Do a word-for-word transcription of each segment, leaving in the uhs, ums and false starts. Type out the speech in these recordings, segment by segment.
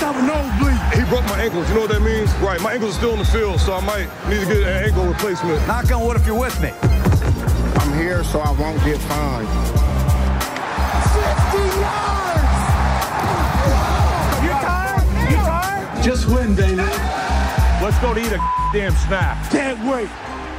have a nosebleed. He broke my ankles. You know what that means? Right. My ankles are still in the field, so I might need to get an ankle replacement. Knock on wood if you're with me. I'm here so I won't get fined. fifty yards! You tired? You tired? Just win, David. Let's go to eat a damn snack. Can't wait.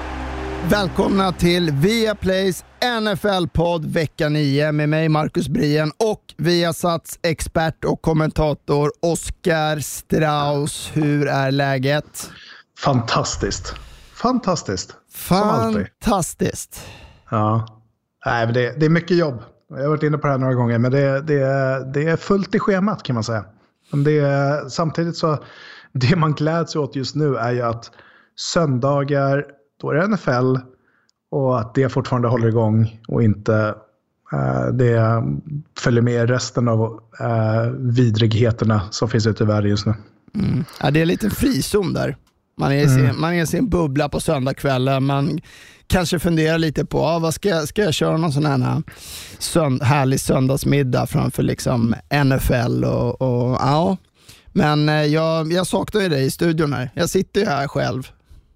Välkomna till Viaplays N F L-podd vecka nio med mig Marcus Brien och Viasats expert och kommentator Oskar Strauss. Hur är läget? Fantastiskt. Fantastiskt. Fantastiskt. Ja. Nej, men det, det är mycket jobb. Jag har varit inne på det här några gånger, men det, det, det är fullt i schemat kan man säga. Men det är, samtidigt så, det man gläds åt just nu är ju att söndagar, då är det N F L och att det fortfarande håller igång och inte uh, det följer med resten av uh, vidrigheterna som finns ute i världen just nu. Mm. Ja, det är en liten frizon där. Man är, mm. sin, man är sin bubbla på söndagskvällen. Man kanske funderar lite på ah, vad ska, jag, ska jag köra någon sån här sönd- härlig söndagsmiddag framför liksom N F L och, och ja. Men eh, jag, jag saknar ju dig i studion här. Jag sitter ju här själv.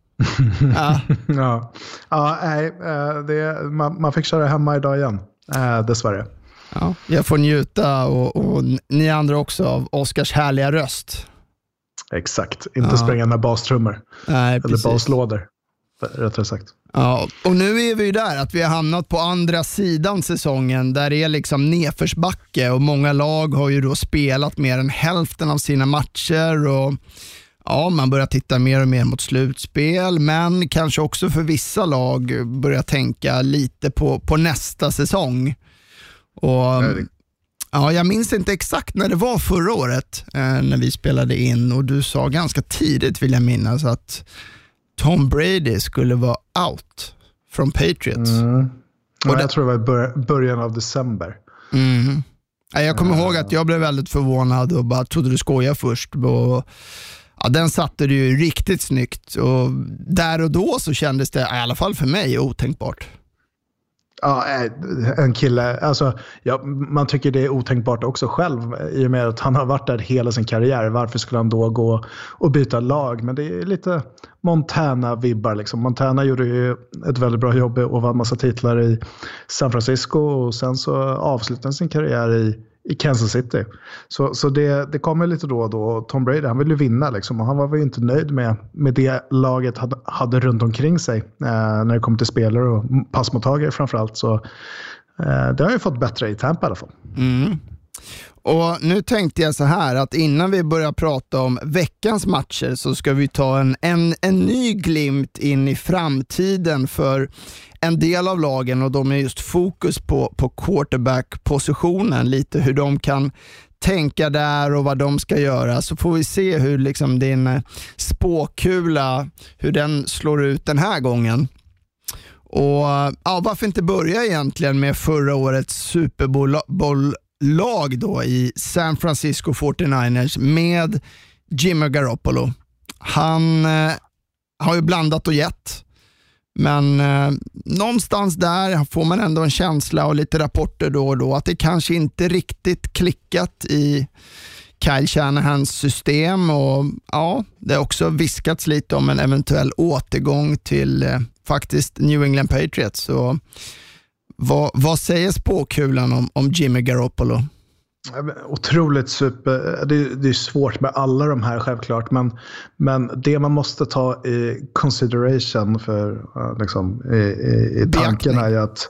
Ja. ja, ja nej, det, man, man fick köra hemma idag igen, dessvärre. Ja, jag får njuta och, och ni andra också av Oskars härliga röst. Exakt, inte ja. spränga med bastrummor. Nej, eller precis. baslådor, rättare sagt. Ja, och nu är vi ju där att vi har hamnat på andra sidan säsongen där det är liksom nedförsbacke och många lag har ju då spelat mer än hälften av sina matcher och ja, man börjar titta mer och mer mot slutspel, men kanske också för vissa lag börjar tänka lite på, på nästa säsong. Och ja, jag minns inte exakt när det var förra året eh, när vi spelade in och du sa ganska tidigt, vill jag minnas, att Tom Brady skulle vara out från Patriots. Mm. Ja, och det, jag tror det var i början av december. Mm. Jag kommer uh. ihåg att jag blev väldigt förvånad och bara trodde du skojar först och ja, den satte du ju riktigt snyggt och där och då så kändes det, i alla fall för mig, otänkbart. Ja, en kille, alltså ja, man tycker det är otänkbart också själv i och med att han har varit där hela sin karriär. Varför skulle han då gå och byta lag? Men det är lite Montana-vibbar liksom. Montana gjorde ju ett väldigt bra jobb och vann massa titlar i San Francisco och sen så avslutade han sin karriär i i Kansas City. Så, så det, det kommer lite då och då. Tom Brady, han ville ju vinna liksom. Och han var väl inte nöjd med, med det laget hade, hade runt omkring sig. Eh, när det kom till spelare och passmottagare framförallt. Så eh, det har ju fått bättre i Tampa i alla fall. Mm. Och nu tänkte jag så här att innan vi börjar prata om veckans matcher så ska vi ta en, en, en ny glimt in i framtiden för en del av lagen och de är just fokus på, på quarterback-positionen, lite hur de kan tänka där och vad de ska göra, så får vi se hur liksom din spåkula, hur den slår ut den här gången. Och ja, varför inte börja egentligen med förra årets Super Bowl lag då i San Francisco fyrtionioers med Jimmy Garoppolo. Han eh, har ju blandat och gett, men eh, någonstans där får man ändå en känsla och lite rapporter då och då att det kanske inte riktigt klickat i Kyle Shanahans system och ja, det har också viskats lite om en eventuell återgång till eh, faktiskt New England Patriots. Så vad, vad säger spåkulan om, om Jimmy Garoppolo? Otroligt super. Det, det är svårt med alla de här självklart, men, men det man måste ta i consideration för liksom, i, i, i tanken är ju att,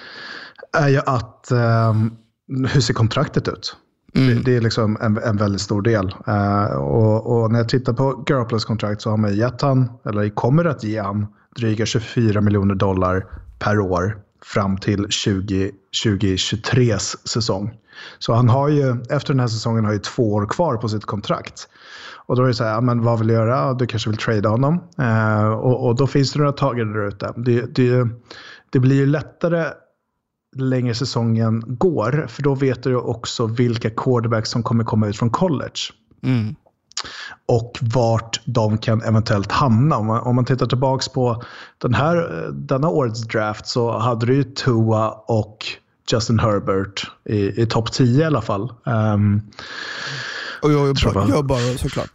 är ju att um, hur ser kontraktet ut? Mm. Det, det är liksom en, en väldigt stor del. Uh, och, och när jag tittar på Garoppolos kontrakt så har man gett han, eller kommer att ge han dryga tjugofyra miljoner dollar per år fram till tjugo tjugotres säsong. Så han har ju, efter den här säsongen har ju två år kvar på sitt kontrakt. Och då är det så här, men vad vill du göra? Du kanske vill trada honom. Uh, och, och då finns det några tagare där ute. Det, det, det blir ju lättare längre säsongen går, för då vet du också vilka quarterbacks som kommer komma ut från college. Mm. Och vart de kan eventuellt hamna. Om man, om man tittar tillbaks på den här, denna årets draft så hade du ju Tua och Justin Herbert i, i topp tio i alla fall. Um, Och jag gör bara såklart.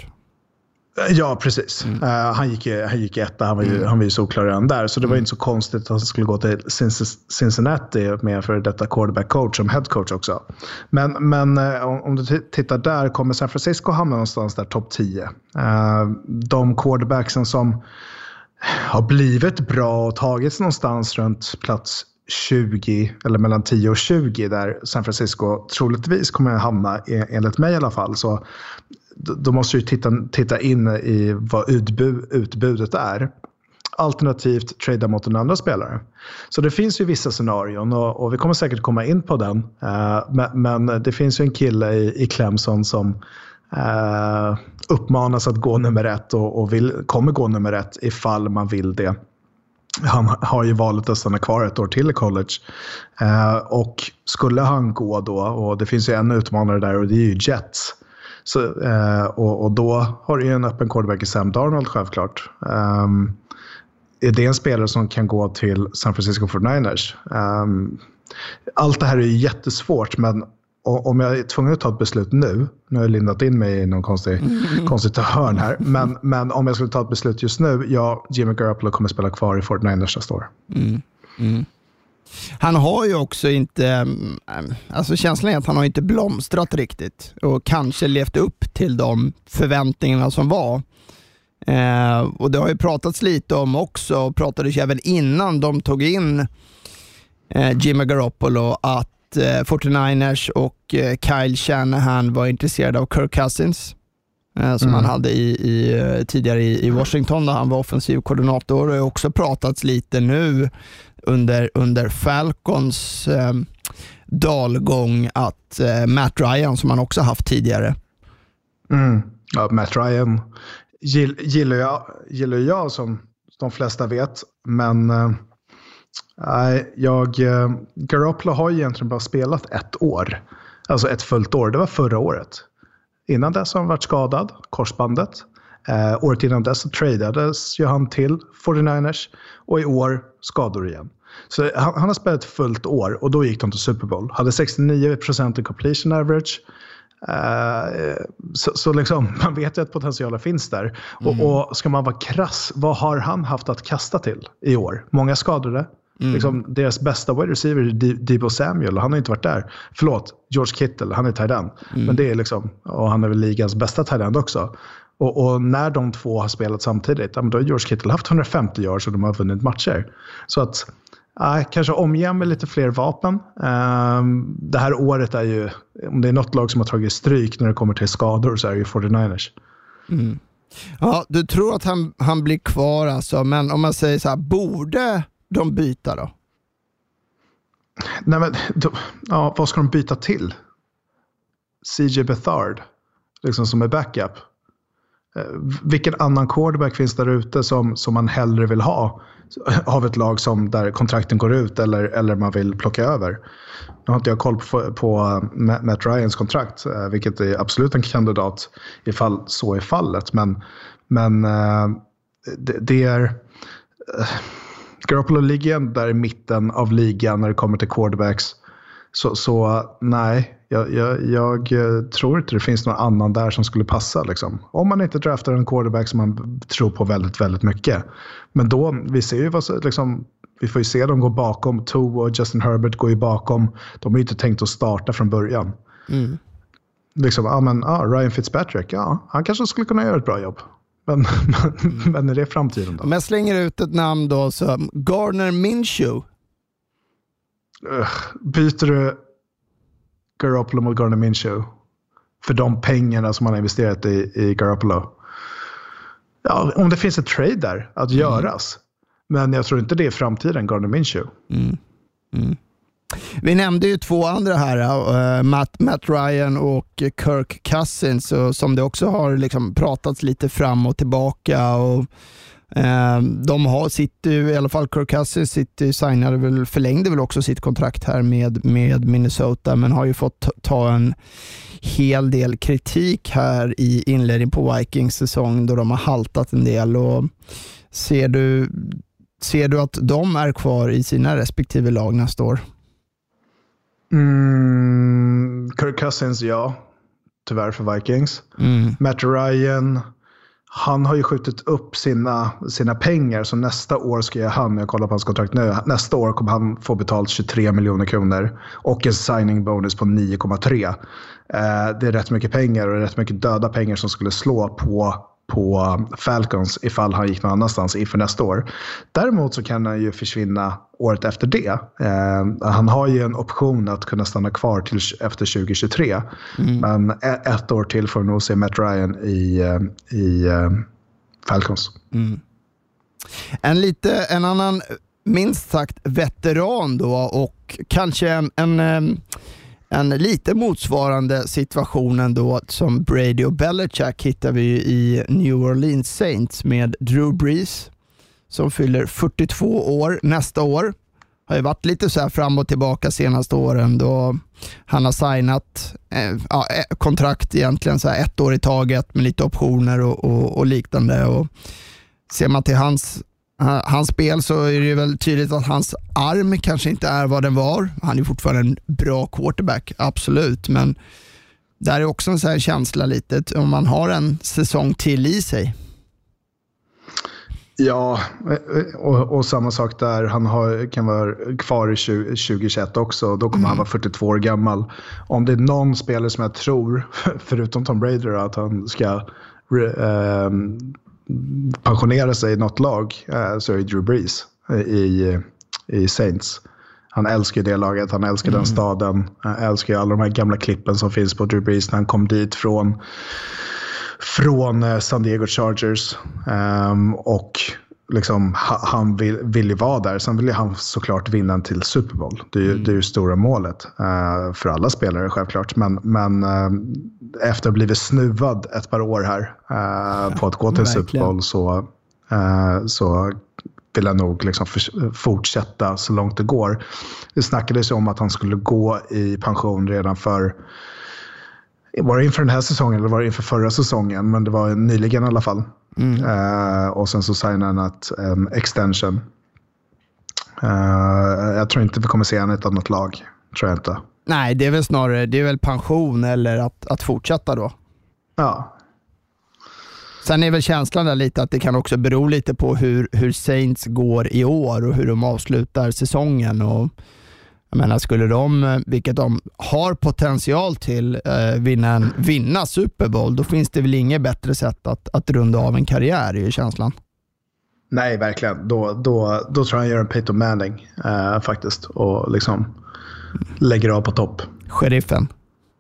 Ja, precis. Mm. Uh, han gick i, han gick i etta, han var ju, mm. han var ju solklar redan där. Så det var mm. inte så konstigt att han skulle gå till Cincinnati med för detta quarterback coach som head coach också. Men, men uh, om du t- tittar där kommer San Francisco hamna någonstans där topp tio. Uh, de quarterbacksen som har blivit bra och tagits någonstans runt plats tjugo eller mellan tio och tjugo där San Francisco troligtvis kommer att hamna enligt mig i alla fall. Så då måste du titta, titta in i vad utbud, utbudet är. Alternativt trada mot en andra spelare. Så det finns ju vissa scenarion och, och vi kommer säkert komma in på den. Uh, men, men det finns ju en kille i, i Clemson som uh, uppmanas att gå nummer ett och, och vill, kommer gå nummer ett ifall man vill det. Han har ju valet att stanna kvar ett år till i college. Uh, och skulle han gå då, och det finns ju en utmanare där och det är ju Jets. Så, eh, och, och då har du ju en öppen quarterback i Sam Darnold självklart. Um, är det en spelare som kan gå till San Francisco forty-niners? Um, allt det här är ju jättesvårt, men om jag är tvungen att ta ett beslut nu, nu har jag lindat in mig i någon konstig, mm. konstigt hörn här, men, men om jag skulle ta ett beslut just nu, ja, Jimmy Garoppolo kommer spela kvar i forty-niners nästa år. Mm. Mm. Han har ju också inte, alltså känslan är att han har inte blomstrat riktigt och kanske levt upp till de förväntningarna som var. Eh, och det har ju pratats lite om också, pratades ju även innan de tog in eh, Jimmy Garoppolo att eh, forty-niners och eh, Kyle Shanahan var intresserade av Kirk Cousins eh, som mm. han hade i, i, tidigare i, i Washington där han var offensiv koordinator. Och det har också pratats lite nu under, under Falcons eh, dalgång att eh, Matt Ryan som han också haft tidigare. Mm. Ja, Matt Ryan gill, gillar, jag, gillar jag som de flesta vet, men nej, äh, jag äh, Garoppolo har egentligen bara spelat ett år, alltså ett fullt år. Det var förra året. Innan dess har han varit skadad, korsbandet. Äh, året innan dess så tradades ju han till forty-niners och i år skador igen. Så han, han har spelat ett fullt år och då gick de till Super Bowl. Hade sextionio procent i completion average. Uh, så, så liksom, man vet ju att potentialen finns där. Mm. Och, och ska man vara krass, vad har han haft att kasta till i år? Många skadade. Mm. Liksom, deras bästa wide receiver är De- Deebo Samuel och han har inte varit där. Förlåt, George Kittle, han är tight end. Mm. Men det är liksom, och han är väl ligans bästa tight end också. Och, och när de två har spelat samtidigt, då har George Kittle haft hundrafemtio yards och de har vunnit matcher. Så att äh, kanske omge med lite fler vapen. Um, det här året är ju, om det är något lag som har tagit stryk när det kommer till skador så är det ju forty-niners. Mm. Ja, du tror att han, han blir kvar alltså, men om man säger så här, borde de byta då? Nej men, då, ja, vad ska de byta till? C J Beathard, liksom som är backup. Vilken annan quarterback finns där ute som, som man hellre vill ha av ett lag som där kontrakten går ut eller, eller man vill plocka över? Nu har inte jag koll på, på Matt Ryans kontrakt, vilket är absolut en kandidat ifall så är fallet. Men, men det, det är... Garoppolo ligger där i mitten av ligan när det kommer till quarterbacks. Så, så nej, jag, jag, jag tror inte det finns någon annan där som skulle passa. Liksom. Om man inte draftar en quarterback som man tror på väldigt, väldigt mycket. Men då, vi ser ju vad liksom, vi får ju se dem gå bakom. Tua och Justin Herbert går ju bakom. De har ju inte tänkt att starta från början. Mm. Liksom, ja men, ja, Ryan Fitzpatrick, ja, han kanske skulle kunna göra ett bra jobb. Men, men, men är det framtiden då? Om jag slänger ut ett namn då, så Gardner Minshew. Uh, byter du Garoppolo mot Gardner Minshew för de pengarna som man har investerat i, i Garoppolo? Ja, om det finns ett trade där att mm. göras. Men jag tror inte det är framtiden, Gardner Minshew. Mm. Mm. Vi nämnde ju två andra här, uh, Matt, Matt Ryan och Kirk Cousins, och som det också har liksom pratats lite fram och tillbaka, och uh, de har sitter ju, i alla fall Kirk Cousins sitter, signade väl, förlängde väl också sitt kontrakt här med, med Minnesota, men har ju fått ta en hel del kritik här i inledningen på Vikings säsong då de har haltat en del. Och ser du, ser du att de är kvar i sina respektive lag nästa år? Mm, Kirk Cousins, ja. tyvärr för Vikings. Mm. Matt Ryan, han har ju skjutit upp sina, sina pengar, så nästa år ska jag han, jag kollar på hans kontrakt nu, nästa år kommer han få betalt tjugotre miljoner kronor och en signing bonus på nio komma tre. Eh, det är rätt mycket pengar och rätt mycket döda pengar som skulle slå på på Falcons ifall han gick någon annanstans inför nästa år. Däremot så kan han ju försvinna året efter det. Eh, han har ju en option att kunna stanna kvar till efter tjugo tjugotre. Mm. Men ett år till får vi nog se Matt Ryan i, i uh, Falcons. Mm. En, lite, en annan minst sagt veteran då, och kanske en, en, en lite motsvarande situationen då som Brady och Belichick hittar vi i New Orleans Saints med Drew Brees som fyller fyrtiotvå år nästa år. Har ju varit lite så här fram och tillbaka senaste åren då han har signat eh, ja, kontrakt egentligen så här ett år i taget med lite optioner och, och, och liknande. Och ser man till hans hans spel så är det väl tydligt att hans arm kanske inte är vad den var. Han är fortfarande en bra quarterback, absolut. Men där är också en sån här känsla lite om man har en säsong till i sig. Ja, och, och samma sak där. Han har, kan vara kvar i tjugo tjugoett också. Då kommer mm. han vara fyrtiotvå år gammal. Om det är någon spelare som jag tror, förutom Tom Brady, att han ska eh, pensionera sig i något lag, eh, så är det Drew Brees i, i Saints. Han älskar det laget, han älskar mm. den staden. Han älskar alla de här gamla klippen som finns på Drew Brees när han kom dit från från San Diego Chargers, um, och liksom ha, han vill, vill ju vara där. Sen vill ju han såklart vinna en till Super Bowl. Det är ju, mm. det är ju stora målet uh, för alla spelare självklart, men, men uh, efter att ha blivit snuvad ett par år här uh, på att gå till Verkligen. Super Bowl så, uh, så vill jag nog liksom för, fortsätta så långt det går. Det snackades om att han skulle gå i pension redan för, var det inför den här säsongen eller var det inför förra säsongen, men det var nyligen i alla fall. Mm. Uh, och sen så signade han ett, en extension. Uh, jag tror inte vi kommer se en ett annat lag, tror jag inte. Nej, det är väl snarare, det är väl pension eller att, att fortsätta då. Ja. Sen är väl känslan där lite att det kan också bero lite på hur, hur Saints går i år och hur de avslutar säsongen. Och jag menar, skulle de, vilket de har potential till, eh, vinna, en, vinna Super Bowl, då finns det väl inget bättre sätt att, att runda av en karriär i känslan. Nej, verkligen. Då, då, då tror jag han gör en Peyton Manning eh, faktiskt och liksom lägger av på topp. Sheriffen.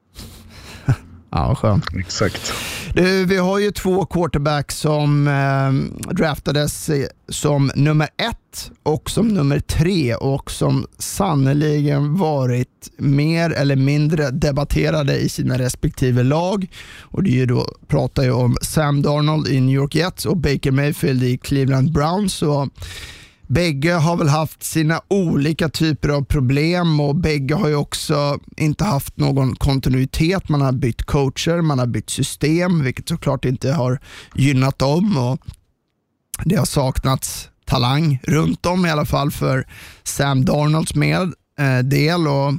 Ja, skönt. Exakt. Du, vi har ju två quarterbacks som eh, draftades som nummer ett och som nummer tre och som sannoliken varit mer eller mindre debatterade i sina respektive lag. Och det är ju då, pratar ju om Sam Darnold i New York Jets och Baker Mayfield i Cleveland Browns. Och bägge har väl haft sina olika typer av problem och bägge har ju också inte haft någon kontinuitet. Man har bytt coacher, man har bytt system, vilket såklart inte har gynnat dem, och det har saknats talang runt om i alla fall för Sam Darnolds med eh, del. Och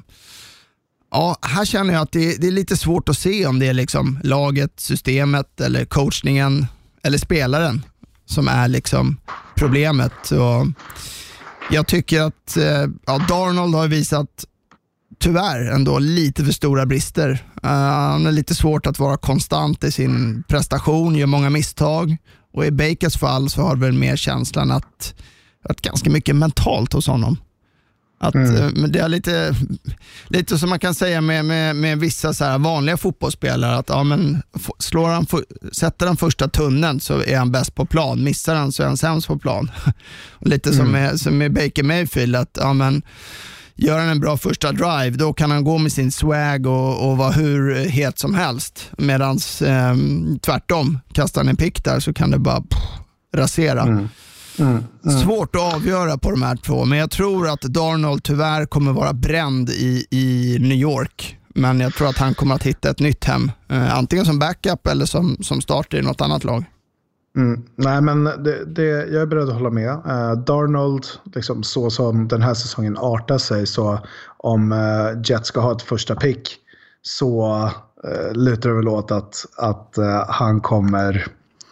ja, här känner jag att det, det är lite svårt att se om det är liksom laget, systemet eller coachningen eller spelaren som är liksom problemet. Och jag tycker att ja, Darnold har visat tyvärr ändå lite för stora brister. Uh, han är lite svårt att vara konstant i sin prestation, gör många misstag, och i Bakers fall så har det väl mer känslan att, att ganska mycket mentalt hos honom. Att, mm. Det är lite, lite som man kan säga med, med, med vissa så här vanliga fotbollsspelare, att ja, men slår han, sätter han första tunneln så är han bäst på plan, missar han så är han sämst på plan. Och lite mm. som, med, som med Baker Mayfield, att ja, men gör han en bra första drive, då kan han gå med sin swag och, och vara hur het som helst, medans eh, tvärtom, kastar han en pick där så kan det bara pff, rasera. Mm. Mm, mm. Svårt att avgöra på de här två, men jag tror att Darnold tyvärr kommer vara bränd i, i New York, men jag tror att han kommer att hitta ett nytt hem, eh, antingen som backup eller som, som starter i något annat lag. Mm. Nej, men det, det, jag är beredd att hålla med. Uh, Darnold, liksom, så som den här säsongen artar sig, så om uh, Jets ska ha ett första pick så uh, lutar det väl åt att, att uh, han kommer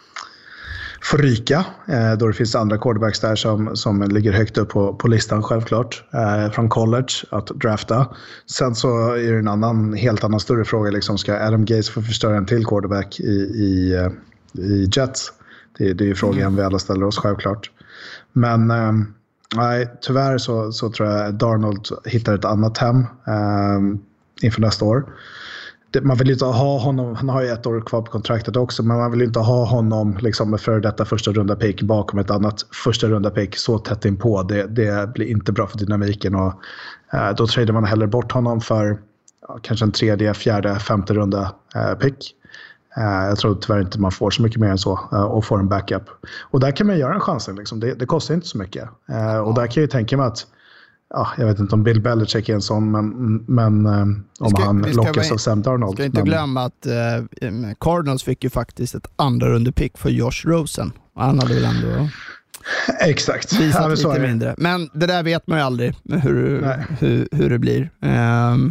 få ryka. Uh, då det finns andra quarterbacks där som, som ligger högt upp på, på listan självklart. Uh, från college att drafta. Sen så är det en annan, helt annan större fråga. Liksom, ska Adam Gase få förstöra en till quarterback i, i, uh, i Jets? Det, det är ju frågan mm. vi alla ställer oss självklart. Men um, nej, tyvärr så, så tror jag Darnold hittar ett annat hem um, inför nästa år. Det, man vill inte ha honom, han har ju ett år kvar på kontraktet också, men man vill inte ha honom liksom med för detta första runda pick bakom ett annat första runda pick så tätt in på. Det, det blir inte bra för dynamiken och uh, då tradar man hellre bort honom för ja, kanske en tredje, fjärde, femte runda uh, pick. Uh, jag tror tyvärr inte man får så mycket mer än så uh, och får en backup. Och där kan man göra en chans. Liksom. Det, det kostar inte så mycket. Uh, och där kan jag ju tänka mig att ja, jag vet inte om Bill Belichick är en sån, men, men uh, om ska, han lockas av Sam Darnold. Ska inte men... glömma att uh, Cardinals fick ju faktiskt ett andra rundepick för Josh Rosen. Och han hade väl ändå exakt. visat ja, lite mindre. Men det där vet man ju aldrig hur, hur, hur det blir. Um,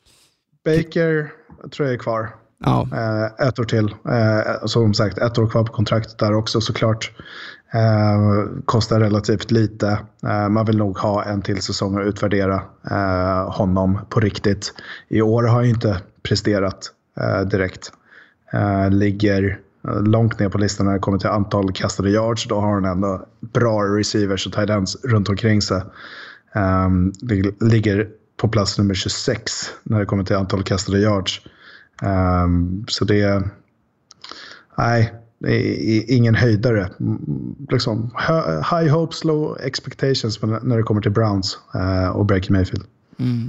Baker tror jag är kvar. Ja. Uh, ett år till. Uh, som sagt, ett år kvar på kontraktet där också såklart. Uh, kostar relativt lite. Uh, man vill nog ha en till säsong och utvärdera uh, honom på riktigt. I år har jag inte presterat uh, direkt. Uh, ligger långt ner på listan när det kommer till antal kastade yards. Då har han ändå bra receivers och tight ends runt omkring sig. Um, ligger på plats nummer tjugosex när det kommer till antal kastade yards. Um, så det är nej, det är ingen höjdare liksom, high hopes, low expectations när det kommer till Browns uh, och Baker Mayfield. Mm.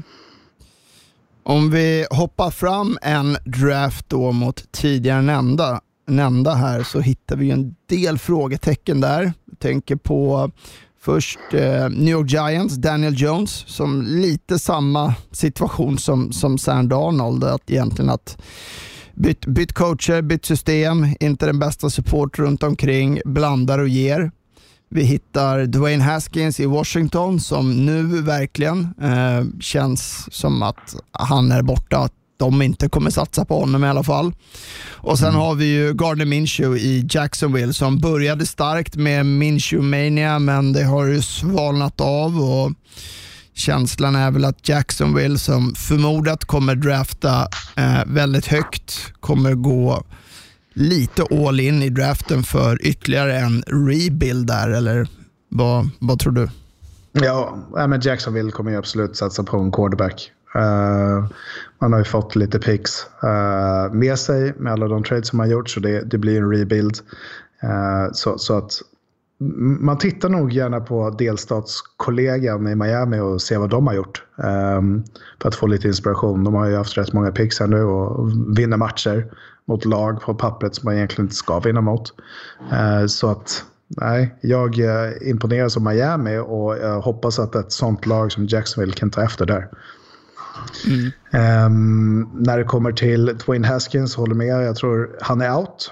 Om vi hoppar fram en draft då mot tidigare nämnda, nämnda här så hittar vi en del frågetecken där. Jag tänker på först eh, New York Giants, Daniel Jones, som lite samma situation som, som Sam Darnold. Att egentligen att bytt, bytt coacher, bytt system, inte den bästa support runt omkring, blandar och ger. Vi hittar Dwayne Haskins i Washington som nu verkligen eh, känns som att han är borta, att de inte kommer satsa på honom i alla fall. Och sen mm. har vi ju Gardner Minshew i Jacksonville som började starkt med Minshew-mania, men det har ju svalnat av och känslan är väl att Jacksonville, som förmodat kommer drafta eh, väldigt högt, kommer gå lite all in i draften för ytterligare en rebuild där, eller vad, vad tror du? Ja, men Jacksonville kommer ju absolut satsa på en quarterback. Uh, man har ju fått lite picks uh, med sig med alla de trades som man gjort, så det, det blir en rebuild. Uh, så, så att man tittar nog gärna på delstatskollegan i Miami och ser vad de har gjort um, för att få lite inspiration. De har ju haft rätt många picks här nu och vinner matcher mot lag på pappret som man egentligen inte ska vinna mot. Uh, så att nej, jag uh, imponeras av Miami och jag hoppas att ett sånt lag som Jacksonville kan ta efter där. Mm. Um, när det kommer till Dwayne Haskins, håller med, jag tror han är out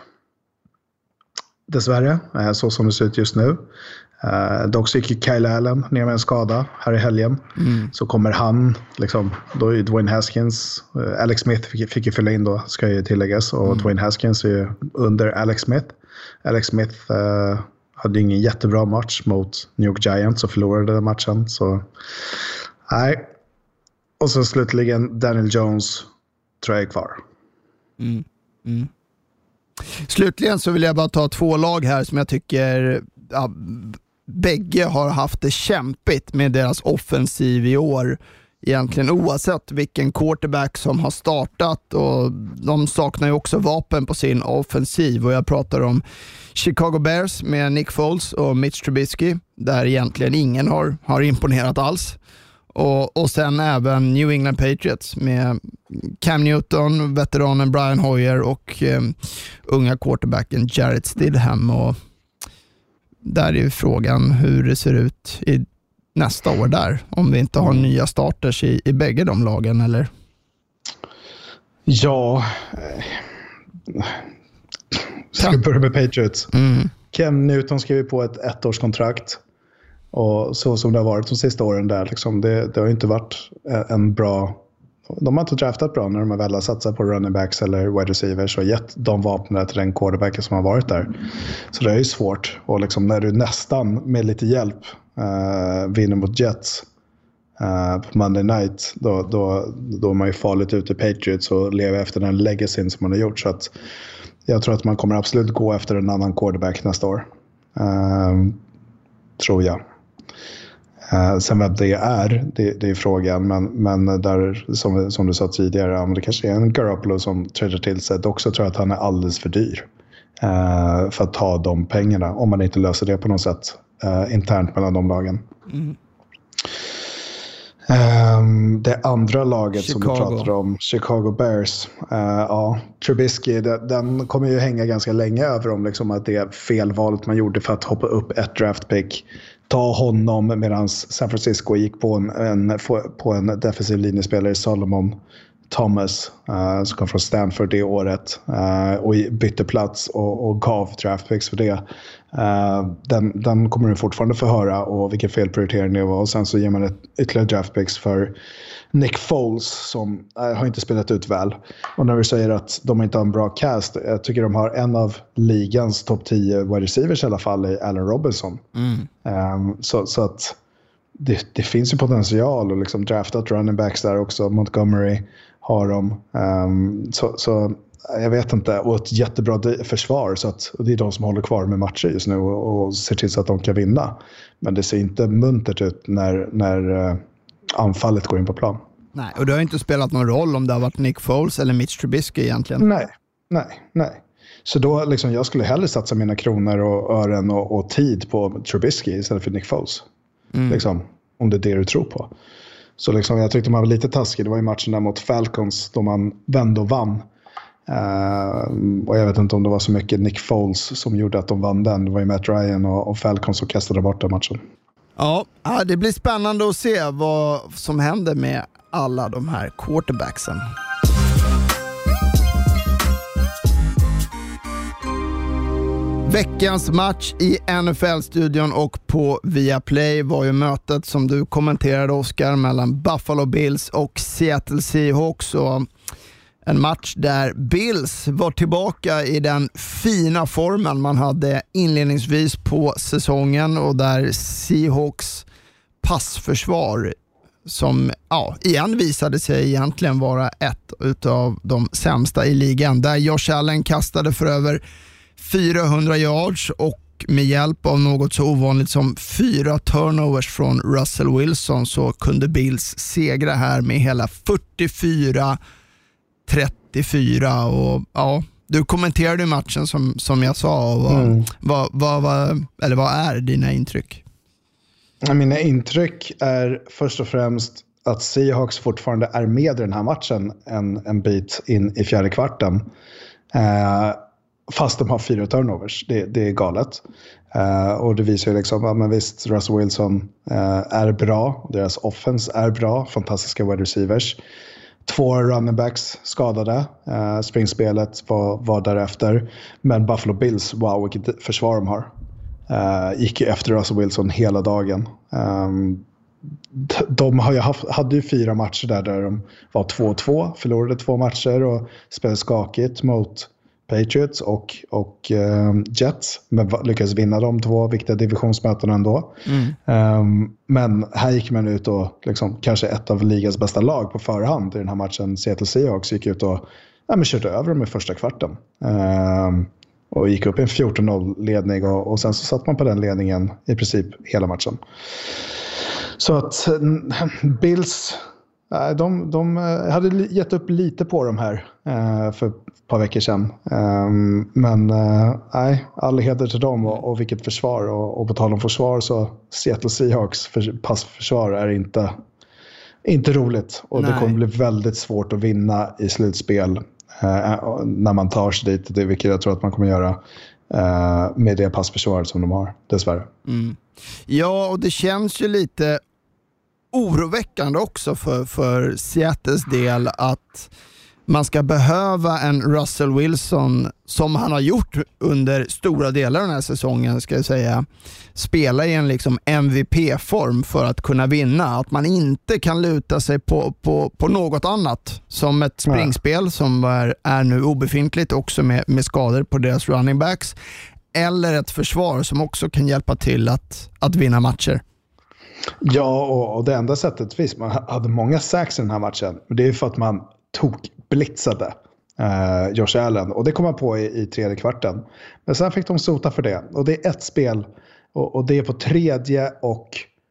dessvärre, uh, så som det ser ut just nu. Uh, dock så gick Kyle Allen ner med en skada här i helgen. Mm. Så kommer han liksom, då är Dwayne Haskins, uh, Alex Smith fick, fick ju fylla in då, ska ju tilläggas, och mm. Dwayne Haskins är ju under Alex Smith. Alex Smith uh, hade ingen jättebra match mot New York Giants och förlorade den matchen, så nej. Och så slutligen Daniel Jones tror jag är kvar. Mm. Mm. Slutligen så vill jag bara ta två lag här som jag tycker ja, bägge har haft det kämpigt med deras offensiv i år. Egentligen oavsett vilken quarterback som har startat, och de saknar ju också vapen på sin offensiv, och jag pratar om Chicago Bears med Nick Foles och Mitch Trubisky, där egentligen ingen har, har imponerat alls. Och, och sen även New England Patriots med Cam Newton, veteranen Brian Hoyer och eh, unga quarterbacken Jarrett Stidham. Och där är ju frågan hur det ser ut i nästa år där, om vi inte har nya starters i, i bägge de lagen, eller? Ja, ska vi börja med Patriots. Mm. Cam Newton skrev på ett ettårskontrakt. Och så som det har varit de sista åren där, liksom, det, det har inte varit en bra de har inte draftat bra när de har väl har satsat på running backs eller wide receivers och gett de vapnen till den quarterbacken som har varit där. Så det är ju svårt. Och liksom när du nästan med lite hjälp uh, vinner mot Jets uh, på Monday night, då, då, då är man ju farligt ute i Patriots och lever efter den legacyn som man har gjort. Så att jag tror att man kommer absolut gå efter en annan quarterback nästa år. Uh, tror jag. Uh, sen vem det är, det, det är frågan. Men, men där, som, som du sa tidigare, ja, men det kanske är en Garoppolo som träder till sig. Dock så tror jag att han är alldeles för dyr uh, för att ta de pengarna. Om man inte löser det på något sätt uh, internt mellan de lagen. Mm. Um, det andra laget Chicago. Som du pratade om, Chicago Bears. Uh, ja, Trubisky, det, den kommer ju hänga ganska länge över om liksom att det är felvalet man gjorde för att hoppa upp ett draftpick. Ta honom medan San Francisco gick på en, en, på en defensiv linjespelare, Solomon Thomas, uh, som kom från Stanford det året uh, och bytte plats och, och gav draftpicks för det. Uh, den, den kommer du fortfarande få höra och vilken felprioritering det var. Och sen så ger man ett ytterligare draftpicks för Nick Foles som uh, har inte spelat ut väl. Och när vi säger att de inte har en bra cast, jag tycker de har en av ligans topp tio wide receivers i alla fall i Allen Robinson. Mm. Um, så, så att det, det finns ju potential och liksom draftat running backs där också. Montgomery har de. Um, så, så jag vet inte. Och ett jättebra försvar. Så att, och det är de som håller kvar med matcher just nu och, och ser till så att de kan vinna. Men det ser inte muntert ut när, när uh, anfallet går in på plan. Nej, och det har inte spelat någon roll om det har varit Nick Foles eller Mitch Trubisky egentligen. Nej, nej, nej. Så då liksom, jag skulle hellre satsa mina kronor och öron och, och tid på Trubisky istället för Nick Foles. Mm. Liksom, om det är det du tror på. Så liksom, jag tyckte man var lite taskig. Det var ju matchen där mot Falcons då man vände och vann. Uh, och jag vet inte om det var så mycket Nick Foles som gjorde att de vann den. Det var ju Matt Ryan och, och Falcons som kastade bort den matchen. Ja, det blir spännande att se vad som händer med alla de här quarterbacksen. Veckans match i N F L-studion och på Viaplay var ju mötet som du kommenterade, Oscar, mellan Buffalo Bills och Seattle Seahawks. Och en match där Bills var tillbaka i den fina formen man hade inledningsvis på säsongen och där Seahawks passförsvar som ja, igen visade sig egentligen vara ett av de sämsta i ligan. Där Josh Allen kastade för över fyrahundra yards och med hjälp av något så ovanligt som fyra turnovers från Russell Wilson så kunde Bills segra här med hela fyrtiofyra trettiofyra. Och ja, du kommenterade matchen som, som jag sa. Och vad, mm. vad, vad, vad, eller vad är dina intryck? Mina intryck är först och främst att Seahawks fortfarande är med i den här matchen en, en bit in i fjärde kvarten. Eh, Fast de har fyra turnovers. Det, det är galet. Uh, och det visar ju liksom, ja, men visst, Russell Wilson uh, är bra. Deras offense är bra. Fantastiska wide receivers. Två running backs skadade. Uh, springspelet var, var därefter. Men Buffalo Bills, wow, vilket försvar de har. Uh, gick ju efter Russell Wilson hela dagen. Um, de har ju haft, hade ju fyra matcher där, där de var två två. Förlorade två matcher och spelade skakigt mot Patriots och, och um, Jets, men lyckades vinna de två viktiga divisionsmötena ändå. Mm. Um, men här gick man ut och liksom, kanske ett av ligans bästa lag på förhand i den här matchen. Seattle Seahawks gick ut och ja, men körde över dem i första kvarten. Um, och gick upp i en fjorton noll ledning och, och sen så satt man på den ledningen i princip hela matchen. Så att Bills, de, de hade gett upp lite på dem här uh, för ett par veckor sedan. Um, men uh, nej, all heder till dem och, och vilket försvar. Och, och på tal om försvar så Seattle Seahawks för, passförsvar är inte, inte roligt. Och nej. Det kommer bli väldigt svårt att vinna i slutspel uh, när man tar sig dit. Det, vilket jag tror att man kommer göra uh, med det passförsvaret som de har, dessvärre. Mm. Ja, och det känns ju lite oroväckande också för, för Seattles del att man ska behöva en Russell Wilson som han har gjort under stora delar av den här säsongen, ska jag säga, spela i en liksom M V P-form för att kunna vinna. Att man inte kan luta sig på, på, på något annat, som ett springspel Nej. som är, är nu obefintligt också med, med skador på deras running backs, eller ett försvar som också kan hjälpa till att, att vinna matcher. Ja, och, och det enda sättet, visst, man hade många sacks i den här matchen, men det är för att man tog blitzade eh, Josh Allen, och det kom man på i, i tredje kvarten. Men sen fick de sota för det, och det är ett spel, och, och det är på tredje och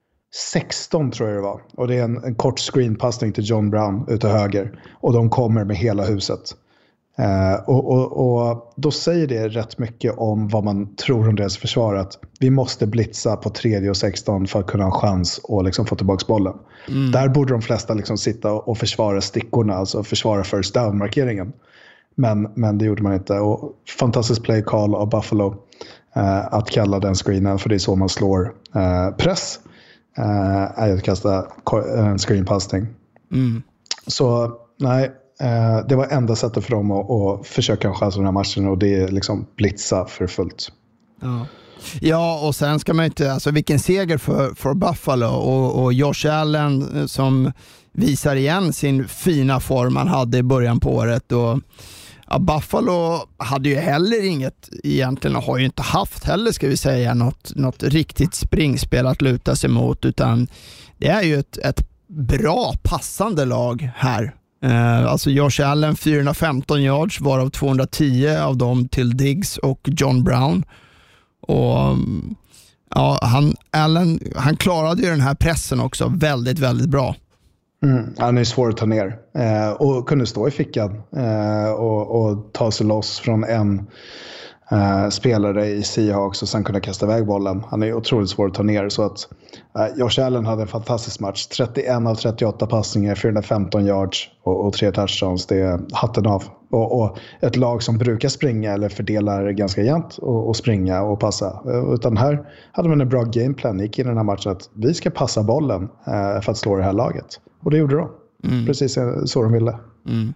sexton tror jag det var, och det är en, en kort screenpassning till John Brown ute höger, och de kommer med hela huset. Uh, och, och, och då säger det rätt mycket om vad man tror om deras försvar, att vi måste blitza på tredje och sexton för att kunna ha en chans att liksom få tillbaka bollen. Mm. Där borde de flesta liksom sitta och försvara stickorna, alltså försvara first down-markeringen. Men, men det gjorde man inte. Och fantastisk play call av Buffalo uh, att kalla den screenen, för det är så man slår uh, press, uh, är att kasta en screenpassning. Mm. Så nej, Uh, det var enda sättet för dem att, att försöka ha chans i den här matchen, och det är liksom blitza för fullt. Ja. Ja, och sen ska man inte, alltså vilken seger för, för Buffalo, och, och Josh Allen som visar igen sin fina form han hade i början på året. Och ja, Buffalo hade ju heller inget, egentligen har ju inte haft heller, ska vi säga, något, något riktigt springspel att luta sig mot, utan det är ju ett, ett bra passande lag här. Uh, alltså Josh Allen fyrahundrafemton yards, varav tvåhundratio av dem till Diggs och John Brown. Och um, ja, han, Allen, han klarade ju den här pressen också väldigt, väldigt bra. Mm, han är svår att ta ner uh, och kunde stå i fickan uh, och, och ta sig loss från en uh, spelare i Seahawks och sen kunna kasta iväg bollen. Han är otroligt svår att ta ner, så att uh, Josh Allen hade en fantastisk match. trettioen av trettioåtta passningar, fyrahundrafemton yards och, och tre touchdowns. Det är hatten av. Och, och ett lag som brukar springa eller fördelar ganska jämnt och, och springa och passa. Uh, utan här hade man en bra gameplan. Gick in i den här matchen att vi ska passa bollen uh, för att slå det här laget. Och det gjorde de. Mm. Precis så de ville. Mm.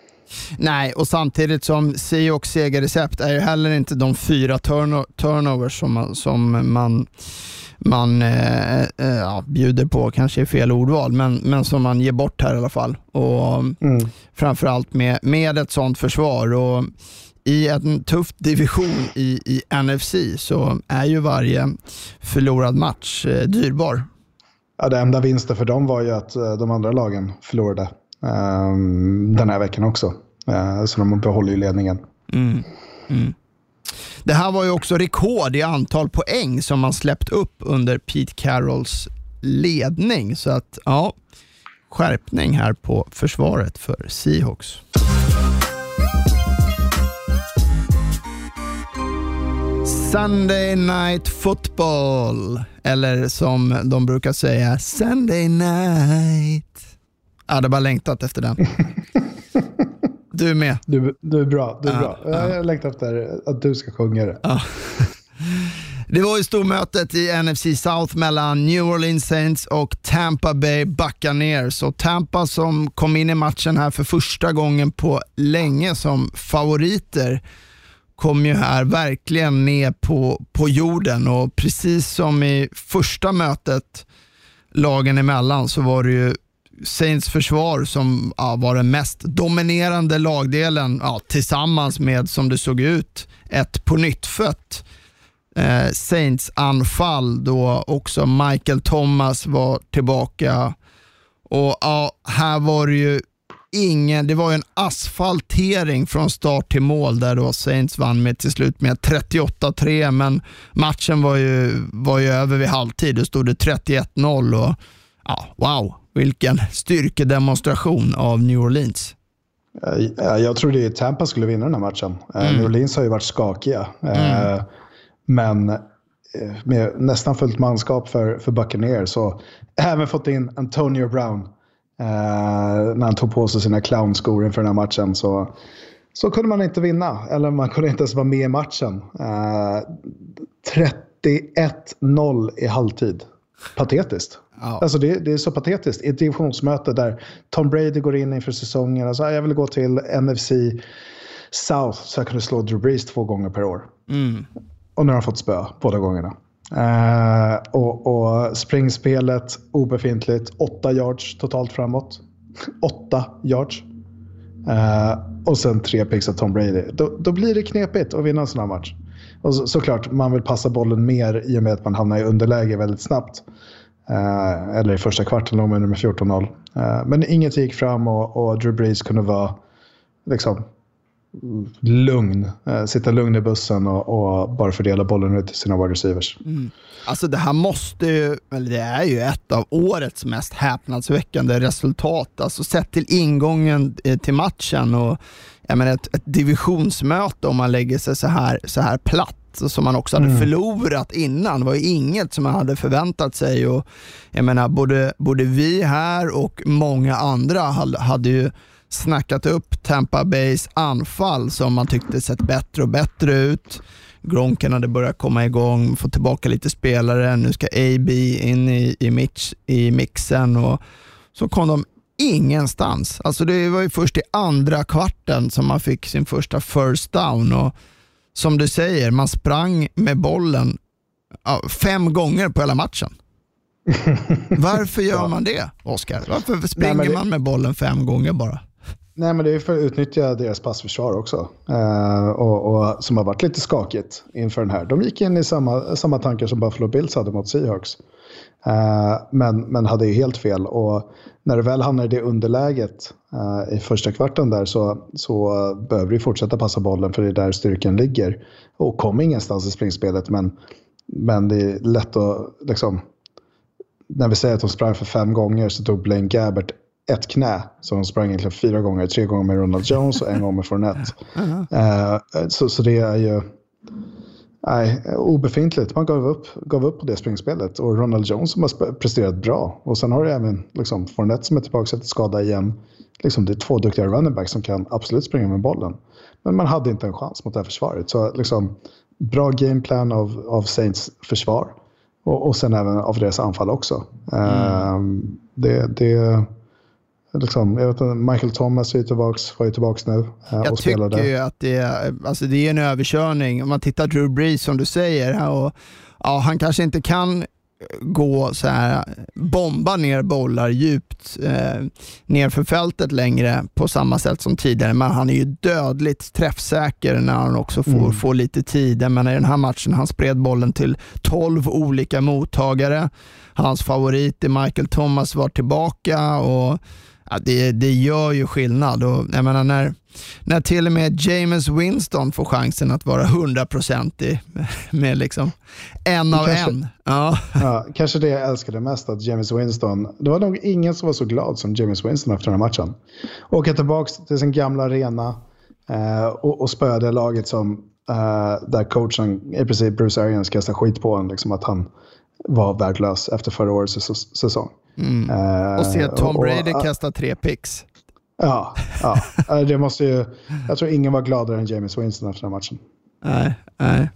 Nej, och samtidigt som Seahawks segerrecept är ju heller inte de fyra turno- turnovers som man, som man, man eh, eh, bjuder på, kanske är fel ordval, men, men som man ger bort här i alla fall. Och mm. framförallt med, med ett sånt försvar, och i en tuff division i, i N F C så är ju varje förlorad match eh, dyrbar. Ja, det enda vinsten för dem var ju att de andra lagen förlorade um, den här veckan också. Uh, så de behåller ju ledningen. Mm. Mm. Det här var ju också rekord i antal poäng som man släppt upp under Pete Carrolls ledning. Så att, ja, skärpning här på försvaret för Seahawks. Sunday Night Football, eller som de brukar säga, Sunday Night. Ja, det bara längtat efter den. Du är med. Du, du är bra, du är ja, bra. Jag har ja. längtat efter att du ska sjunga det. Ja. Det var ju stormötet i N F C South mellan New Orleans Saints och Tampa Bay Buccaneers. Och Tampa, som kom in i matchen här för första gången på länge som favoriter, kom ju här verkligen ner på, på jorden. Och precis som i första mötet lagen emellan så var det ju Saints försvar som ja, var den mest dominerande lagdelen, ja, tillsammans med, som det såg ut, ett på nyttfött eh, Saints anfall då också Michael Thomas var tillbaka. Och ja, här var det ju ingen, det var ju en asfaltering från start till mål där då Saints vann med till slut med trettioåtta tre, men matchen var ju, var ju över vid halvtid. Det stod det trettioett noll och ja, wow, vilken styrkedemonstration av New Orleans. Jag tror det är Tampa skulle vinna den här matchen. Mm. New Orleans har ju varit skakiga. Mm. Men med nästan fullt manskap för, för Buccaneers så även fått in Antonio Brown när han tog på sig sina clownskor inför den här matchen, så, så kunde man inte vinna. Eller man kunde inte ens vara med i matchen. trettioett noll i halvtid. patetiskt. Ja. Alltså det, det är så patetiskt. I ett divisionsmöte där Tom Brady går in inför säsongen och säger jag vill gå till N F C South så jag kunde slå Drew Brees två gånger per år. Mm. Och nu har han fått spö båda gångerna. Uh, och, och springspelet obefintligt. Åtta yards totalt framåt. Åtta yards. Uh, och sen tre picks av Tom Brady. Då, då blir det knepigt att vinna en sån här match. Och så, såklart, man vill passa bollen mer i och med att man hamnar i underläge väldigt snabbt. Uh, eller i första kvarten låg man med fjorton noll. Uh, men inget gick fram och, och Drew Brees kunde vara liksom lugn. Uh, sitta lugn i bussen och, och bara fördela bollen ut till sina wide receivers. Mm. Alltså det här måste ju, eller det är ju ett av årets mest häpnadsväckande resultat. Alltså sett till ingången till matchen och jag menar ett, ett divisionsmöte om man lägger sig så här, så här platt som man också hade mm. förlorat innan. Det var ju inget som man hade förväntat sig och jag menar både, både vi här och många andra hade, hade ju snackat upp Tampa Bays anfall som man tyckte sett bättre och bättre ut. Gronken hade börjat komma igång, få tillbaka lite spelare. Nu ska A B in i, i, mix, i mixen och så kom de ingenstans. Alltså det var ju först i andra kvarten som man fick sin första first down och som du säger, man sprang med bollen ja, fem gånger på hela matchen. Varför gör man det, Oskar? Varför springer Nej, det... man med bollen fem gånger bara? Nej, men det är för att utnyttja deras passförsvar också. Uh, och, och som har varit lite skakigt inför den här. De gick in i samma, samma tankar som Buffalo Bills hade mot Seahawks. Uh, men, men hade ju helt fel. Och när det väl hamnar i det underläget uh, i första kvarten där så, så behöver vi fortsätta passa bollen för det är där styrkan ligger. Och kom ingenstans i springspelet. Men, men det är lätt att liksom... När vi säger att de sprang för fem gånger så tog Blaine Gabbert ett knä. Så de sprang egentligen fyra gånger. Tre gånger med Ronald Jones och en gång med Fournette. Uh-huh. Uh, så, så det är ju nej, obefintligt. Man gav upp, gav upp på det springspelet. Och Ronald Jones som har presterat bra. Och sen har du även liksom, Fournette som är tillbaka till skada igen. Liksom, det är två duktiga running backs som kan absolut springa med bollen. Men man hade inte en chans mot det här försvaret. Så liksom, bra gameplan av, av Saints försvar. Och, och sen även av deras anfall också. Mm. Uh, det... det Liksom, jag vet inte, Michael Thomas är tillbaks, var ju tillbaks nu. Eh, jag och tycker ju att det är, alltså det är en överkörning. Om man tittar Drew Brees som du säger. Och, ja, han kanske inte kan gå så här, bomba ner bollar djupt eh, ner för fältet längre på samma sätt som tidigare. Men han är ju dödligt träffsäker när han också får, mm. får lite tid. Men i den här matchen han spred bollen till tolv olika mottagare. Hans favorit är Michael Thomas var tillbaka och ja, det, det gör ju skillnad. Och jag menar, när, när till och med Jameis Winston får chansen att vara hundra procent med liksom en av kanske, en. Ja. Ja, kanske det jag älskade mest att Jameis Winston, det var nog ingen som var så glad som Jameis Winston efter den här matchen. Åka tillbaka till sin gamla arena eh, och, och spöade laget som eh, där coachen, i princip Bruce Arians, kastade skit på honom, liksom att han var värdelös efter förra årets säs- säsong. Mm. Uh, och se Tom Brady och, kasta tre picks. Ja, ja. Det måste ju, jag tror ingen var gladare än Jameis Winston efter den matchen. Nej, nej.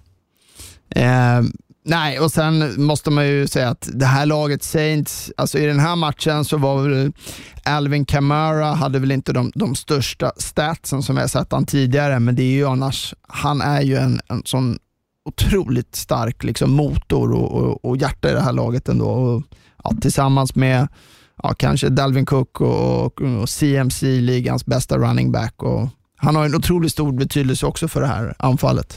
Uh, nej, och sen måste man ju säga att det här laget Saints, alltså i den här matchen så var väl Alvin Kamara hade väl inte de, de största statsen som jag sett han tidigare, men det är ju annars, han är ju en, en sån otroligt stark liksom, motor och, och, och hjärta i det här laget ändå. Och, ja, tillsammans med ja, kanske Dalvin Cook och, och, och C M C, ligans bästa running back. Och han har en otroligt stor betydelse också för det här anfallet.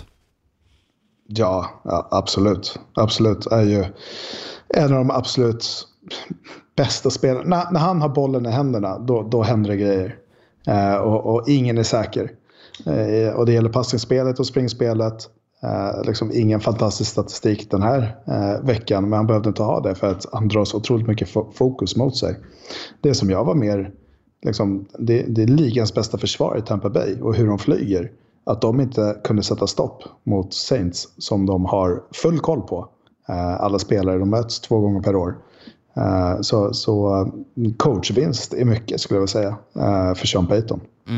Ja, ja absolut. Absolut. Är ju en av de absolut bästa spelarna. När, när han har bollen i händerna, då, då händer det grejer. Eh, och, och ingen är säker. Eh, och det gäller passningsspelet och springspelet. Uh, liksom ingen fantastisk statistik den här uh, veckan, men han behövde inte ha det för att han drar så otroligt mycket fo- fokus mot sig. Det som jag var mer liksom, det, det är ligans bästa försvar i Tampa Bay och hur de flyger, att de inte kunde sätta stopp mot Saints som de har full koll på. Uh, alla spelare, de möts två gånger per år. Uh, så så uh, coachvinst är mycket, skulle jag vilja säga, uh, för Sean Payton. Mm.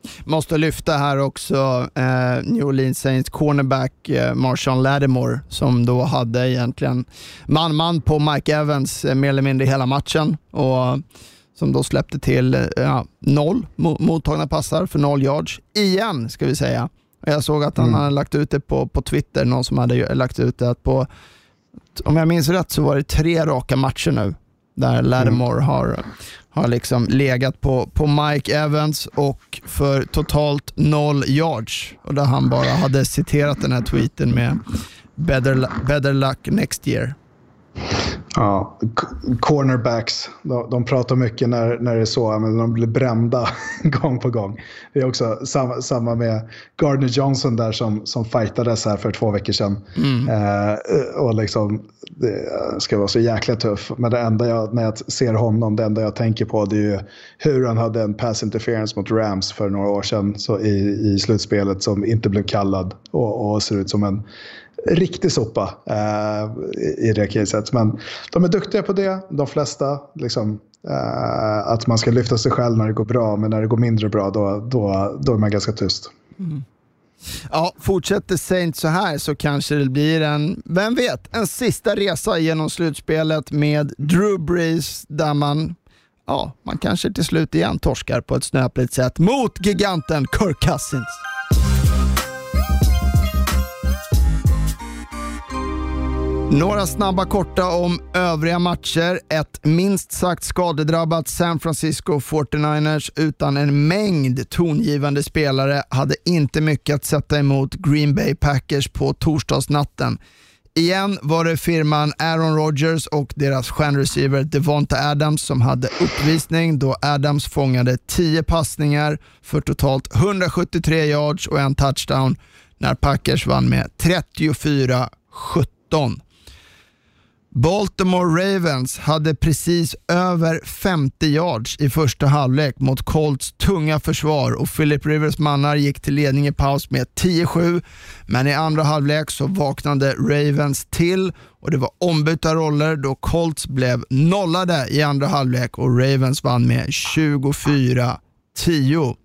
Måste lyfta här också eh, New Orleans Saints cornerback eh, Marshawn Lattimore, som då hade egentligen man-man på Mike Evans eh, mer eller mindre hela matchen, och som då släppte till eh, noll mottagna passar för noll yards igen, ska vi säga. Jag såg att han mm. hade lagt ut det på, på Twitter, någon som hade lagt ut det att på, om jag minns rätt så var det tre raka matcher nu där Lattimore mm. har, har liksom legat på, på Mike Evans och för totalt noll yards, och där han bara hade citerat den här tweeten med better, better luck next year. Ja, cornerbacks, de, de pratar mycket när, när det är så, men de blir brända gång på gång. Det är också samma, samma med Gardner Johnson där som, som fightades här för två veckor sedan. Mm. Eh, och liksom, det ska vara så jäkla tuff. Men det enda jag, när jag ser honom, det enda jag tänker på, det är ju hur han hade en pass interference mot Rams för några år sedan så i, i slutspelet som inte blev kallad och, och ser ut som en riktig sopa eh, i det caset. Men de är duktiga på det, de flesta. Liksom, eh, att man ska lyfta sig själv när det går bra, men när det går mindre bra, då, då, då är man ganska tyst. Mm. Ja, fortsätter Saints så här så kanske det blir en, vem vet, en sista resa genom slutspelet med Drew Brees, där man, ja, man kanske till slut igen torskar på ett snöpligt sätt mot giganten Kirk Cousins. Några snabba korta om övriga matcher. Ett minst sagt skadedrabbat San Francisco fyrtionioers utan en mängd tongivande spelare hade inte mycket att sätta emot Green Bay Packers på torsdagsnatten. Igen var det firman Aaron Rodgers och deras stjärnreceiver Devonta Adams som hade uppvisning, då Adams fångade tio passningar för totalt hundrasjuttiotre yards och en touchdown när Packers vann med trettiofyra sjutton. Baltimore Ravens hade precis över femtio yards i första halvlek mot Colts tunga försvar, och Philip Rivers mannar gick till ledning i paus med tio sju, men i andra halvlek så vaknade Ravens till och det var ombytta roller då Colts blev nollade i andra halvlek och Ravens vann med tjugofyra tio.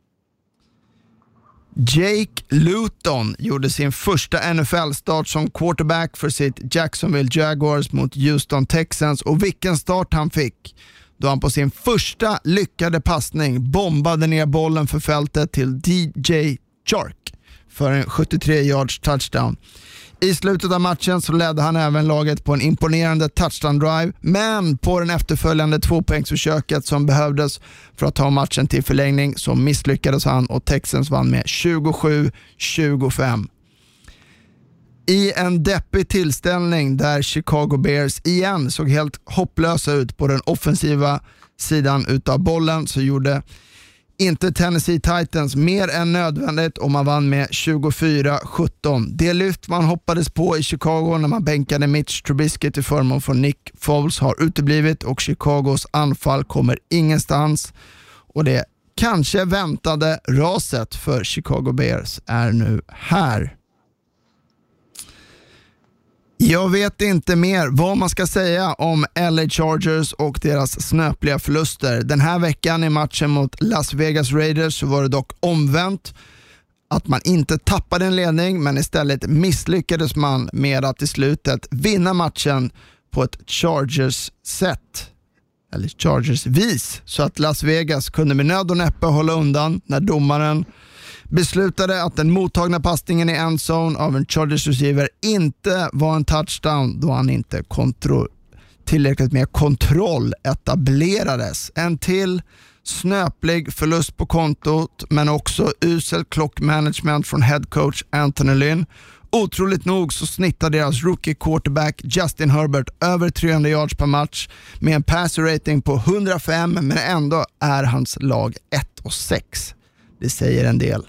Jake Luton gjorde sin första N F L-start som quarterback för sitt Jacksonville Jaguars mot Houston Texans, och vilken start han fick då han på sin första lyckade passning bombade ner bollen för fältet till D J Chark för en sjuttiotre yards touchdown. I slutet av matchen så ledde han även laget på en imponerande touchdown-drive, men på den efterföljande tvåpoängsförsöket som behövdes för att ta matchen till förlängning så misslyckades han och Texans vann med tjugosju tjugofem. I en deppig tillställning där Chicago Bears igen såg helt hopplösa ut på den offensiva sidan utav bollen så gjorde inte Tennessee Titans mer än nödvändigt och man vann med tjugofyra sjutton. Det lyft man hoppades på i Chicago när man bänkade Mitch Trubisky till förmån för Nick Foles har uteblivit och Chicagos anfall kommer ingenstans, och det kanske väntade raset för Chicago Bears är nu här. Jag vet inte mer vad man ska säga om L A Chargers och deras snöpliga förluster. Den här veckan i matchen mot Las Vegas Raiders så var det dock omvänt. Att man inte tappade en ledning, men istället misslyckades man med att i slutet vinna matchen på ett Chargers-sätt. Eller Chargers-vis. Så att Las Vegas kunde med nöd och näppe hålla undan när domaren beslutade att den mottagna passningen i endzone av en Chargers receiver inte var en touchdown då han inte kontro- tillräckligt med kontroll etablerades. En till snöplig förlust på kontot, men också usel klockmanagement från headcoach Anthony Lynn. Otroligt nog så snittar deras rookie quarterback Justin Herbert över trehundra yards per match med en passer rating på hundrafem, men ändå är hans lag ett och sex. Det säger en del.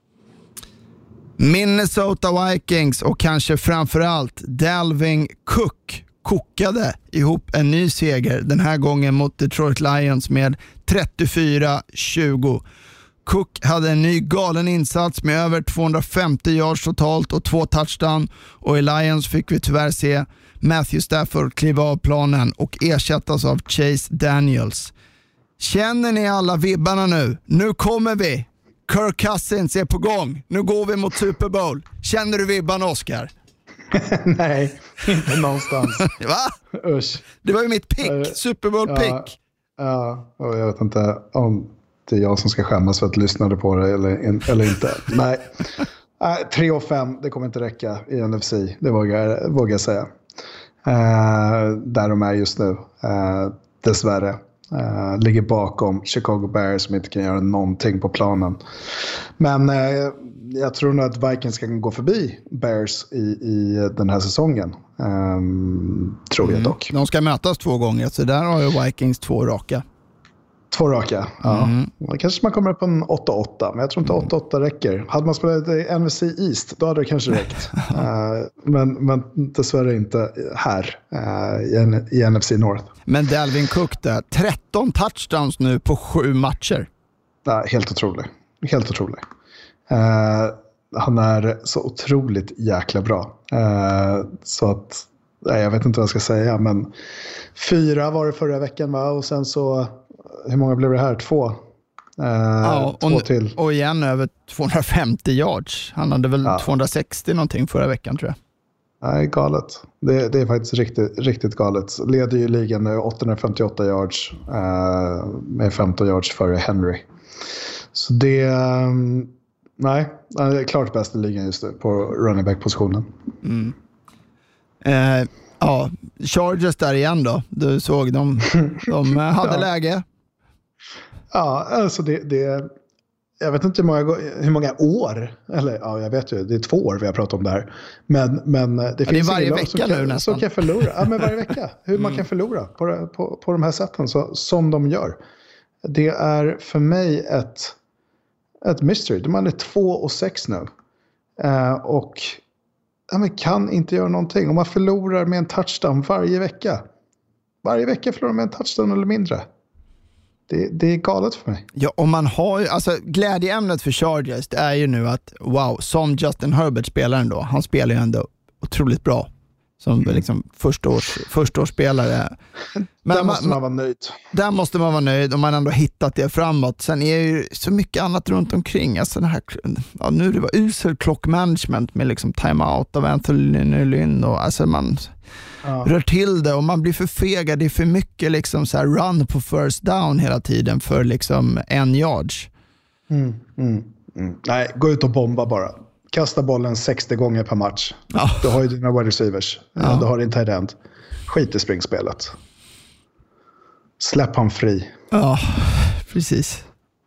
Minnesota Vikings och kanske framförallt Dalvin Cook kokade ihop en ny seger, den här gången mot Detroit Lions med trettiofyra tjugo. Cook hade en ny galen insats med över tvåhundrafemtio yards totalt och två touchdown, och i Lions fick vi tyvärr se Matthew Stafford kliva av planen och ersättas av Chase Daniels. Känner ni alla vibbarna nu? Nu kommer vi! Kirk Cousins är på gång. Nu går vi mot Super Bowl. Känner du vibban, Oscar? Nej, inte någonstans. Va? Usch. Det var ju mitt pick, Uh, Super Bowl-pick. Ja, ja, och jag vet inte om det är jag som ska skämmas för att lyssnade på det eller, eller inte. Nej, uh, tre och fem, det kommer inte räcka i N F C. Det vågar, vågar jag säga. Uh, där de är just nu. Uh, dessvärre. Uh, ligger bakom Chicago Bears som inte kan göra någonting på planen. Men uh, jag tror nog att Vikings kan gå förbi Bears i, i den här säsongen. Um, tror jag mm. dock. De ska mötas två gånger, så där har ju Vikings två raka. Två raka, ja. Mm. Kanske man kommer på en åtta åtta, men jag tror inte åtta åtta räcker. Hade man spelat i N F C East, då hade det kanske räckt. uh, men, men dessvärre inte här uh, i, N- i N F C North. Men Dalvin Cook där, tretton touchdowns nu på sju matcher. Ja, helt otrolig. Helt otrolig. Uh, han är så otroligt jäkla bra. Uh, så att, nej, jag vet inte vad jag ska säga, men fyra var det förra veckan, va? Och sen så, hur många blev det här? Två? Uh, ja, två och, till. Och igen över tvåhundrafemtio yards. Han hade väl ja. tvåhundrasextio någonting förra veckan, tror jag. Nej, galet. Det, det är faktiskt riktigt, riktigt galet. Leder ju ligan nu åttahundrafemtioåtta yards uh, med femton yards före Henry. Så det... Um, nej, det är klart bäst i ligan just nu på running back-positionen. Mm. Eh, ja, Chargers där igen då. Du såg de, de hade ja. läge. Ja, alltså det, det... Jag vet inte hur många, hur många år, eller ja, jag vet ju, det är två år vi har pratat om det här. Men, men det ja, finns det är varje vecka som nu kan, nästan. Som kan förlora. Ja, men varje vecka. Hur mm. man kan förlora på, på, på de här sätten så, som de gör. Det är för mig ett, ett mystery. Man är två och sex nu. Eh, och ja, men kan inte göra någonting. Om man förlorar med en touchdown varje vecka. Varje vecka förlorar man med en touchdown eller mindre. Det, det är galet för mig. Ja, och man har ju, alltså glädjeämnet för Chargers, det är ju nu att, wow, som Justin Herbert spelar ändå, han spelar ju ändå otroligt bra. Som mm. liksom förstaårs, förstaårsspelare. Men där måste man, man vara nöjd. Där måste man vara nöjd om man ändå hittat det framåt. Sen är det ju så mycket annat runt omkring. Alltså den här, ja, nu det var usel clockmanagement med liksom timeout av Anthony Lynn och alltså man... Ja. Rör till det och man blir för fega. Det är för mycket liksom så här run på first down hela tiden för liksom en yards. Mm, mm, mm. Nej, gå ut och bomba bara. Kasta bollen sextio gånger per match. Ja. Du har ju dina wide receivers. Ja. Du har din tight end. Skit i springspelet. Släpp han fri. Ja, precis.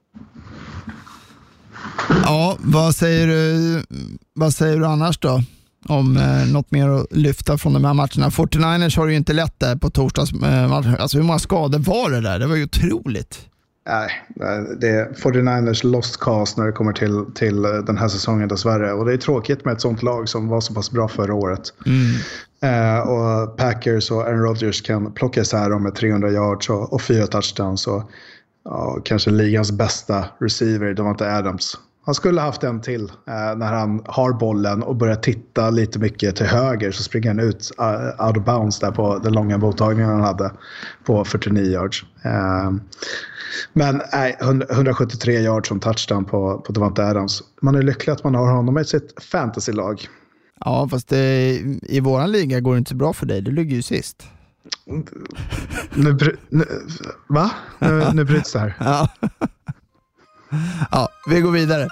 Ja, vad säger du, vad säger du annars då? Om eh, något mer att lyfta från de här matcherna. fyrtionioers har ju inte lätt där på torsdags. Eh, alltså hur många skador var det där? Det var ju otroligt. Nej, det är fyrtionioers lost cause när det kommer till, till den här säsongen dessvärre. Och det är tråkigt med ett sånt lag som var så pass bra förra året. Mm. Eh, och Packers och Aaron Rodgers kan plocka isär dem med trehundra yards och, och fyra touchdowns. Och ja, kanske ligans bästa receiver, Davante Adams. Han skulle haft en till eh, när han har bollen och börjar titta lite mycket till höger så springer han ut uh, out of bounds där på den långa mottagningen han hade på fyrtionio yards. Eh, men nej, hundrasjuttiotre yards som touchdown på, på Davante Adams. Man är lycklig att man har honom i sitt fantasylag. Ja, fast det, i våran liga går det inte så bra för dig. Du ligger ju sist. Nu, nu, va? Nu, nu bryts det här. Ja. Ja, vi går vidare.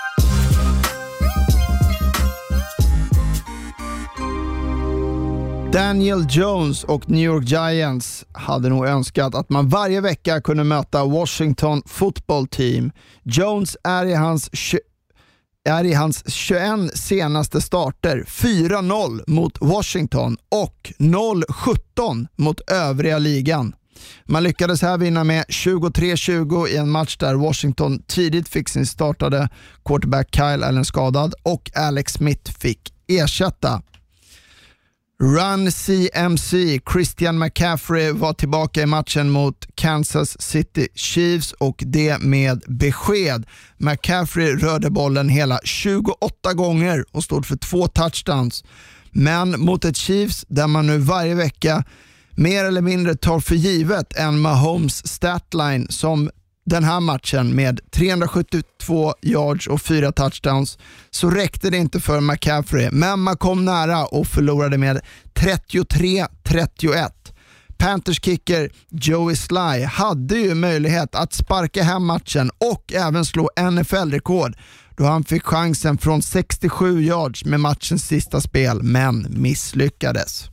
Daniel Jones och New York Giants hade nog önskat att man varje vecka kunde möta Washington Football Team. Jones är i hans, är i hans tjugoett senaste starter fyra noll mot Washington och noll sjutton mot övriga ligan. Man lyckades här vinna med tjugotre tjugo i en match där Washington tidigt fick sin startade quarterback Kyle Allen skadad och Alex Smith fick ersätta. Run C M C Christian McCaffrey var tillbaka i matchen mot Kansas City Chiefs och det med besked. McCaffrey rörde bollen hela tjugoåtta gånger och stod för två touchdowns. Men mot ett Chiefs där man nu varje vecka mer eller mindre tar för givet en Mahomes statline som den här matchen med trehundrasjuttiotvå yards och fyra touchdowns så räckte det inte för McCaffrey, men man kom nära och förlorade med trettiotre trettioett. Panthers kicker Joey Sly hade ju möjlighet att sparka hem matchen och även slå N F L-rekord då han fick chansen från sextiosju yards med matchens sista spel, men misslyckades.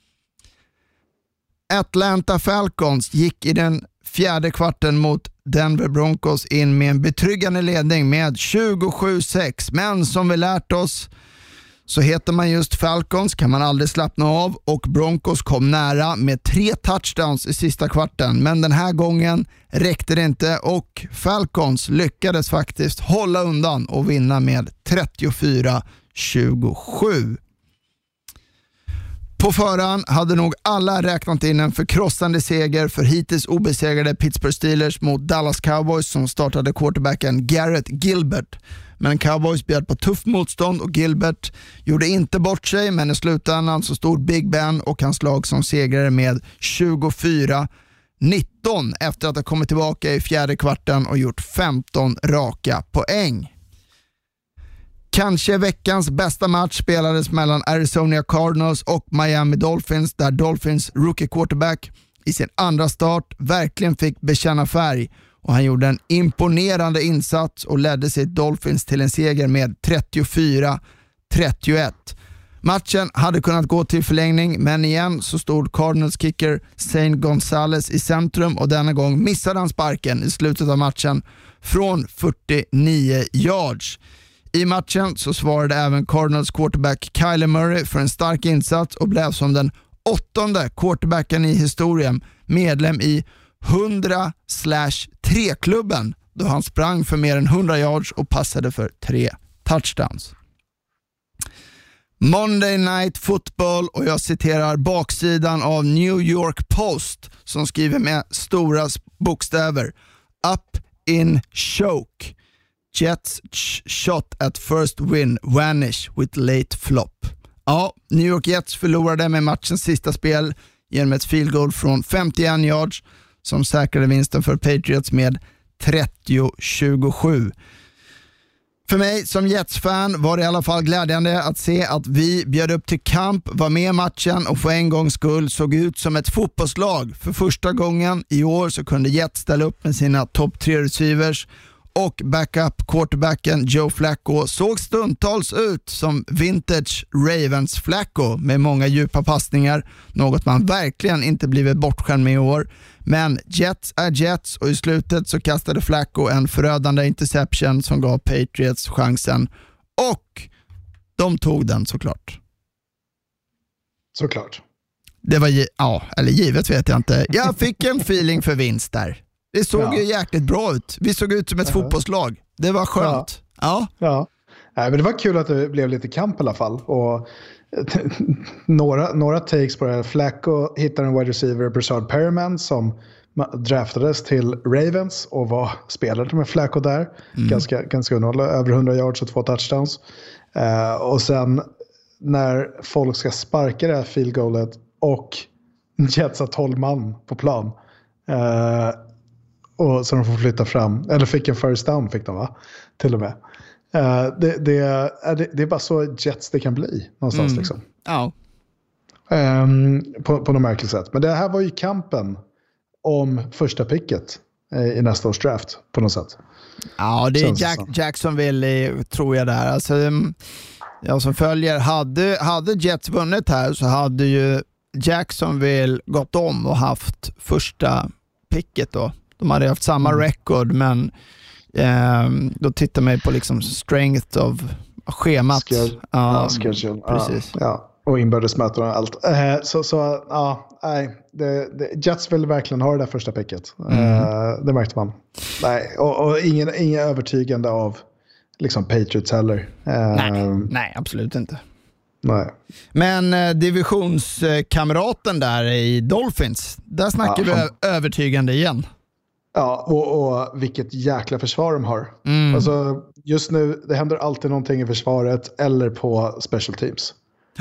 Atlanta Falcons gick i den fjärde kvarten mot Denver Broncos in med en betryggande ledning med tjugosju sex, men som vi lärt oss så heter man just Falcons, kan man aldrig slappna av, och Broncos kom nära med tre touchdowns i sista kvarten, men den här gången räckte det inte och Falcons lyckades faktiskt hålla undan och vinna med trettiofyra tjugosju. På förhand hade nog alla räknat in en förkrossande seger för hittills obesegrade Pittsburgh Steelers mot Dallas Cowboys som startade quarterbacken Garrett Gilbert. Men Cowboys bjöd på tuff motstånd och Gilbert gjorde inte bort sig, men i slutändan så stod Big Ben och hans lag som segrare med tjugofyra nitton efter att ha kommit tillbaka i fjärde kvarten och gjort femton raka poäng. Kanske veckans bästa match spelades mellan Arizona Cardinals och Miami Dolphins, där Dolphins rookie quarterback i sin andra start verkligen fick bekänna färg och han gjorde en imponerande insats och ledde sitt Dolphins till en seger med trettiofyra trettioett. Matchen hade kunnat gå till förlängning, men igen så stod Cardinals kicker Zane Gonzalez i centrum och denna gång missade han sparken i slutet av matchen från fyrtionio yards. I matchen så svarade även Cardinals quarterback Kyler Murray för en stark insats och blev som den åttonde quarterbacken i historien medlem i hundra tre klubben då han sprang för mer än hundra yards och passade för tre touchdowns. Monday Night Football, och jag citerar baksidan av New York Post som skriver med stora bokstäver: Up in choke. Jets shot at first win vanish with late flop. Ja, New York Jets förlorade med matchens sista spel genom ett field goal från femtioen yards som säkrade vinsten för Patriots med trettio tjugosju. För mig som Jets-fan var det i alla fall glädjande att se att vi bjöd upp till kamp, var med i matchen och för en gångs skull såg ut som ett fotbollslag. För första gången i år så kunde Jets ställa upp med sina topp tre receivers och backup quarterbacken Joe Flacco såg stundtals ut som vintage Ravens Flacco med många djupa passningar, något man verkligen inte blivit bortskämd med i år. Men Jets är Jets och i slutet så kastade Flacco en förödande interception som gav Patriots chansen och de tog den såklart. Såklart. Det var, ja, eller givet vet jag inte. Jag fick en feeling för vinst där. Det såg ja. ju jäkligt bra ut. Vi såg ut som ett uh-huh. fotbollslag. Det var skönt. Ja. Ja. ja. Nej, men det var kul att det blev lite kamp i alla fall. Och några, några takes på det här. Flacco hittar en wide receiver, Brashard Perriman, som draftades till Ravens och var spelare med Flacco där. Mm. Ganska, ganska underhållande. Över hundra yards och två touchdowns. Uh, och sen när folk ska sparka det här field goalet och Jets har tolv man på plan. Uh, och så de får flytta fram. Eller fick en first down fick de va? Till och med. Uh, det, det, är, det, det är bara så Jets det kan bli. Någonstans mm. liksom. Ja. Um, på, på något märkligt sätt. Men det här var ju kampen om första picket uh, i nästa års draft. På något sätt. Ja, det är Jack, Jacksonville tror jag där. Alltså, jag som följer. Hade, hade Jets vunnit här så hade ju Jacksonville gått om och haft första picket då. De hade haft samma mm. record, men eh, då tittar man på liksom strength of schemat. Schedule. Ja, ja, schedule. precis. Ja, ja. Och inbördesmöten och allt. Eh, så, så ja, nej. Det, det, Jets vill verkligen ha det där första picket. Mm. Eh, det märkte man. Nej, och, och ingen, ingen övertygande av liksom Patriots heller. Eh, nej, nej, absolut inte. Nej. Men eh, divisionskamraten där i Dolphins, där snackar ja, vi ö- övertygande igen. Ja, och, och vilket jäkla försvar de har. Mm. Alltså, just nu, det händer alltid någonting i försvaret eller på special teams. Ja.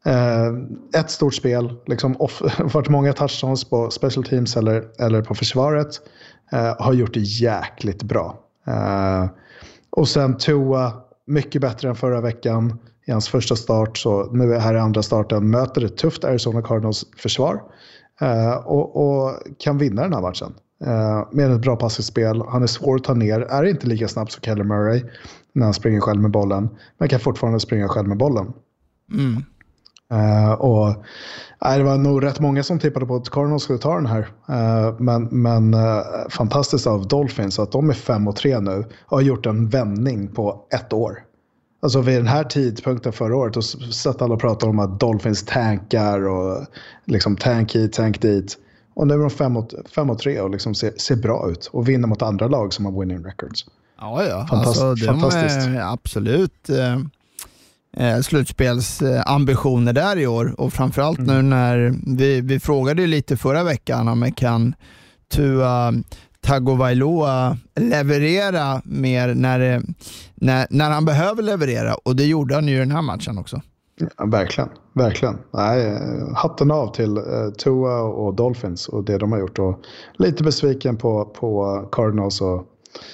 Eh, ett stort spel, liksom off, varit många touchdowns på special teams eller, eller på försvaret. Eh, har gjort det jäkligt bra. Eh, och sen Tua, mycket bättre än förra veckan i hans första start. Så nu är här i andra starten, möter ett tufft Arizona Cardinals försvar. Eh, och, och kan vinna den här matchen. Eh, med ett bra passspel. Han är svår att ta ner. Är inte lika snabb som Kyler Murray när han springer själv med bollen. Men kan fortfarande springa själv med bollen. Mm. Uh, och uh, det var nog rätt många som tippade på att Cardinals skulle ta den här. Uh, men men uh, fantastiskt av Dolphins att de är fem och tre nu och har gjort en vändning på ett år. Alltså vid den här tidpunkten förra året och satt alla och pratade om att Dolphins tankar och liksom tank hit, tank dit. Och nu är de fem och, fem och tre och liksom ser, ser bra ut och vinner mot andra lag som har winning records. Ja, ja. Fantast- alltså, de fantastiskt. är absolut eh, eh, slutspelsambitioner där i år. Och framförallt mm. nu när vi, vi frågade ju lite förra veckan om man kan Tua Tagovailoa leverera mer när, när, när han behöver leverera. Och det gjorde han ju i den här matchen också. Ja, verkligen, verkligen. Nej, hatten av till uh, Tua och Dolphins och det de har gjort. Och lite besviken på, på Cardinals och,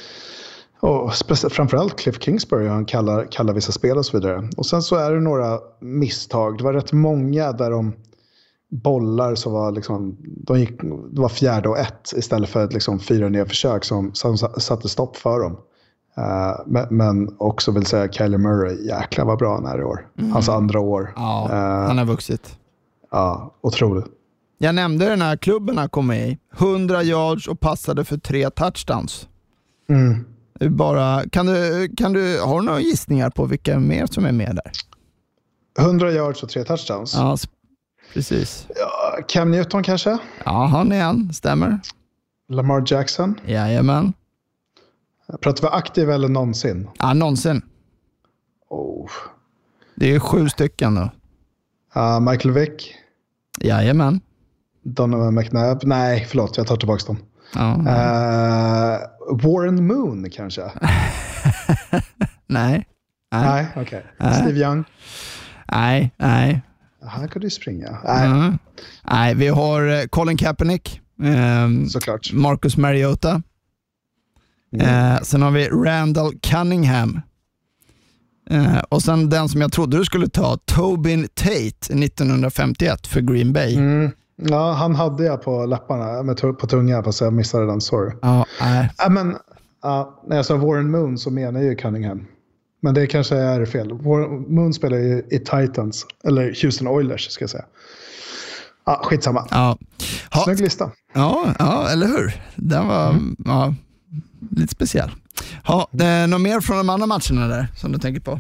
och speci- framförallt Cliff Kingsbury. Han kallar, kallar vissa spel och så vidare. Och sen så är det några misstag. Det var rätt många där de bollar så var liksom, de gick, det var fjärde och ett istället för liksom fyra nya försök som, som satte stopp för dem. Uh, men, men också vill säga Kyler Murray, jäklar vad bra han är i år. Mm. Hans andra år. Ja, uh, han har vuxit. Ja, otroligt. Jag nämnde den här klubben han kom med i. hundra yards och passade för tre touchdowns. Mm. Bara, kan du, kan du, har du några gissningar på vilka mer som är med där? hundra yards och tre touchdowns? Ja, precis. Ja, Cam Newton kanske? Ja, han är en, stämmer. Lamar Jackson? Jajamän. Pratar vi aktiv eller någonsin? Ja, någonsin. Oh. Det är sju stycken nu. Uh, Michael Vick? Jajamän. Donovan McNabb? Nej, förlåt, jag tar tillbaka dem. Ja, uh, Warren Moon kanske? nej. Nej, okej. Okay. Steve Young? Nej, nej. Han kunde ju springa. Nej. Mm. Nej, vi har Colin Kaepernick. Eh, Såklart. Marcus Mariota. Mm. Eh, sen har vi Randall Cunningham. Eh, och sen den som jag trodde du skulle ta, Tobin Tate nittonhundrafemtioett för Green Bay. Mm. Ja, han hade jag på läpparna, med t- på tunga, fast jag missade den, sorry. Ja, nej. Äh, men, uh, när jag sa Warren Moon så menar jag ju Cunningham. Men det kanske är fel. Warren Moon spelar ju i Titans, eller Houston Oilers ska jag säga. Ja, skitsamma. Ja. Ha. Snygg lista. Ja, ja, eller hur? Den var mm. ja, lite speciell. Ha, eh, något mer från de andra matcherna där som du tänker på?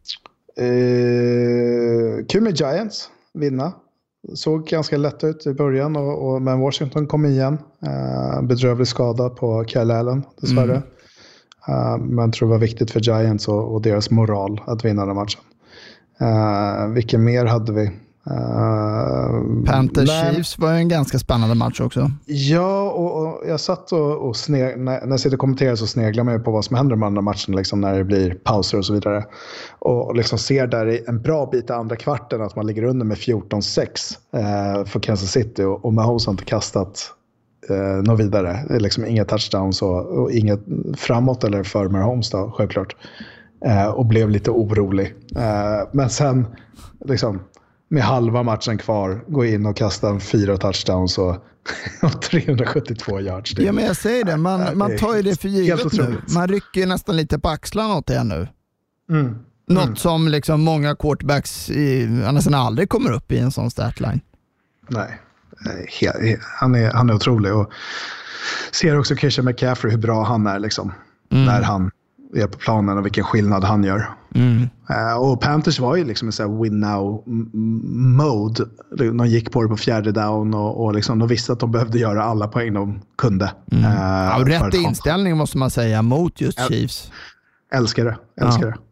Eh, kul med Giants vinna. Såg ganska lätt ut i början och, och, men Washington kom igen. Eh, bedrövlig skada på Kyle Allen dessvärre. Mm. Uh, men tror det var viktigt för Giants och, och deras moral att vinna den matchen. Uh, vilken mer hade vi? Uh, Panthers Chiefs var en ganska spännande match också. Ja, och, och jag satt och, och sneg, när, när jag sitter och kommenterar så sneglar man ju på vad som händer med andra matchen liksom när det blir pauser och så vidare. Och, och liksom ser där i en bra bit i andra kvarten att man ligger under med fjorton sex uh, för Kansas City och, och Mahomes har inte kastat Uh, något vidare. Det är liksom inga touchdowns och, och inget framåt eller för Mahomes då, självklart. Uh, och blev lite orolig. Uh, men sen liksom med halva matchen kvar gå in och kasta en fyra touchdowns och, och trehundrasjuttiotvå yards. Det, ja, men jag säger det. Man, uh, man tar ju det för givet nu. Man rycker nästan lite på axlarna åt det nu. Mm. Något mm. som liksom många quarterbacks i, nästan aldrig kommer upp i en sån statline. Nej. Han är, han är otrolig och ser också Christian McCaffrey hur bra han är liksom, mm. när han är på planen och vilken skillnad han gör. Mm. Uh, och Panthers var ju liksom en sån här win now mode. De gick på det på fjärde down och, och liksom, de visste att de behövde göra alla poäng de kunde. Mm. Uh, ja, rätt inställning måste man säga mot just Äl- Chiefs. Älskar det, älskar ja. det.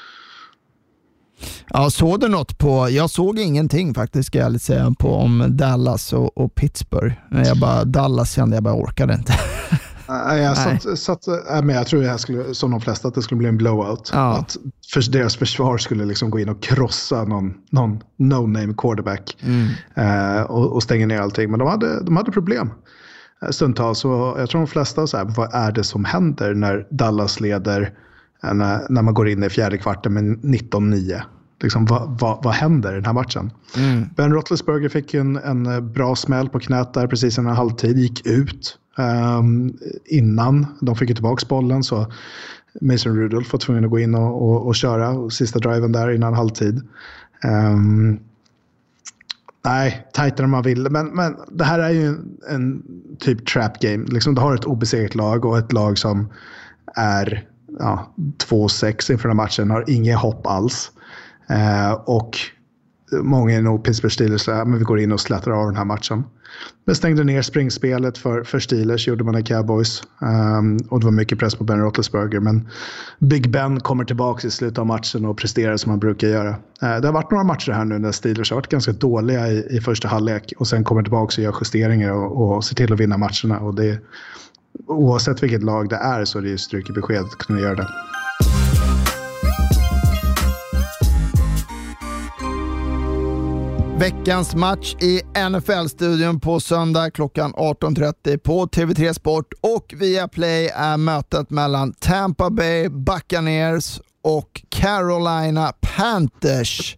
Ja, såg du något på, jag såg ingenting faktiskt ska jag ärligt säga på om Dallas och, och Pittsburgh. Jag bara, Dallas kände jag bara orkade inte. Nej, jag, satt, satt, men jag tror jag skulle, som de flesta, att det skulle bli en blowout. Ja. Att för deras försvar skulle liksom gå in och krossa någon, någon no-name quarterback mm. eh, och, och stänga ner allting. Men de hade, de hade problem stundtals. Så jag tror de flesta så här, vad är det som händer när Dallas leder när, när man går in i fjärde kvarten med nitton nio? Liksom, vad, vad, vad händer i den här matchen? Mm. Ben Roethlisberger fick en, en bra smäll på knät där precis innan halvtid. Gick ut um, innan de fick tillbaka bollen. Så Mason Rudolph var tvungen att gå in och, och, och köra och sista driven där innan halvtid. Um, nej, tajtare än man vill. Men, men det här är ju en, en typ trap game. Liksom, du har ett obesegrat lag och ett lag som är ja, två sex inför den här matchen. Har inget hopp alls. Uh, och många är nog Pittsburgh Steelers så här, men vi går in och slätar av den här matchen. Men stängde ner springspelet för, för Steelers, gjorde man i Cowboys. Um, och det var mycket press på Ben Roethlisberger. Men Big Ben kommer tillbaka i slutet av matchen och presterar som han brukar göra. Uh, det har varit några matcher här nu när Steelers har varit ganska dåliga i, i första halvlek. Och sen kommer tillbaka och gör justeringar och, och ser till att vinna matcherna. Och det, oavsett vilket lag det är så är det ju stryk i besked att kunna göra det. Veckans match i N F L-studion på söndag klockan arton trettio på T V tre Sport och via Play är mötet mellan Tampa Bay Buccaneers och Carolina Panthers.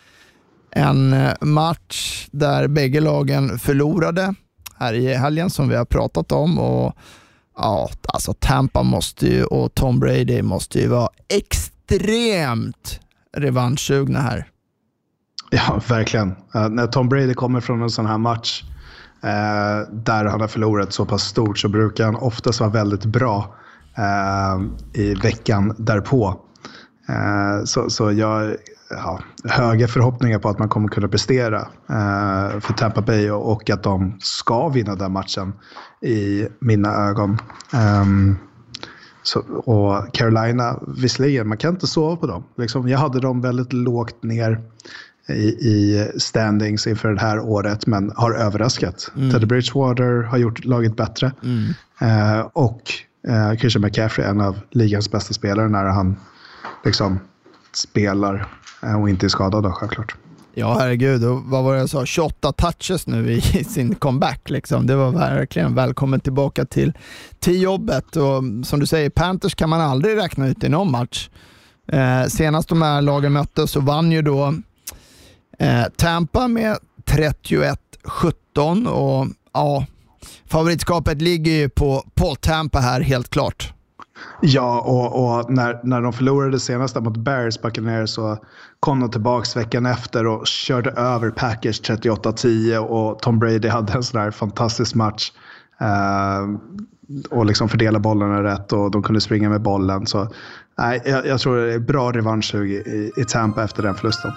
En match där bägge lagen förlorade här i helgen som vi har pratat om och ja, alltså Tampa måste ju och Tom Brady måste ju vara extremt revanschsugna här. Ja, verkligen. Uh, när Tom Brady kommer från en sån här match uh, där han har förlorat så pass stort så brukar han oftast vara väldigt bra uh, i veckan därpå. Uh, så, så jag har höga förhoppningar på att man kommer kunna prestera uh, för Tampa Bay och, och att de ska vinna den matchen i mina ögon. Um, Så, och Carolina, visserligen, man kan inte sova på dem. Liksom, jag hade dem väldigt lågt ner i, i standings inför det här året, men har överraskat. Mm. Teddy Bridgewater har gjort laget bättre. Mm. Eh, och eh, Christian McCaffrey är en av ligans bästa spelare när han liksom spelar eh, och inte är skadad då, självklart. Ja, herregud. Och vad var det jag sa? tjugoåtta touches nu i sin comeback. Liksom. Det var verkligen välkommen tillbaka till, till jobbet. Och som du säger, Panthers kan man aldrig räkna ut i någon match. Eh, senast de här lagen möttes så vann ju då eh, Tampa med trettioett sjutton. Och ja, favoritskapet ligger ju på, på Tampa här helt klart. Ja, och, och när, när de förlorade senast mot Bears Buccaneers så kom de tillbaka veckan efter och körde över Packers trettioåtta tio och Tom Brady hade en sån här fantastisk match eh, och liksom fördela bollarna rätt och de kunde springa med bollen. Så nej, jag, jag tror det är bra revansch i, i Tampa efter den förlusten.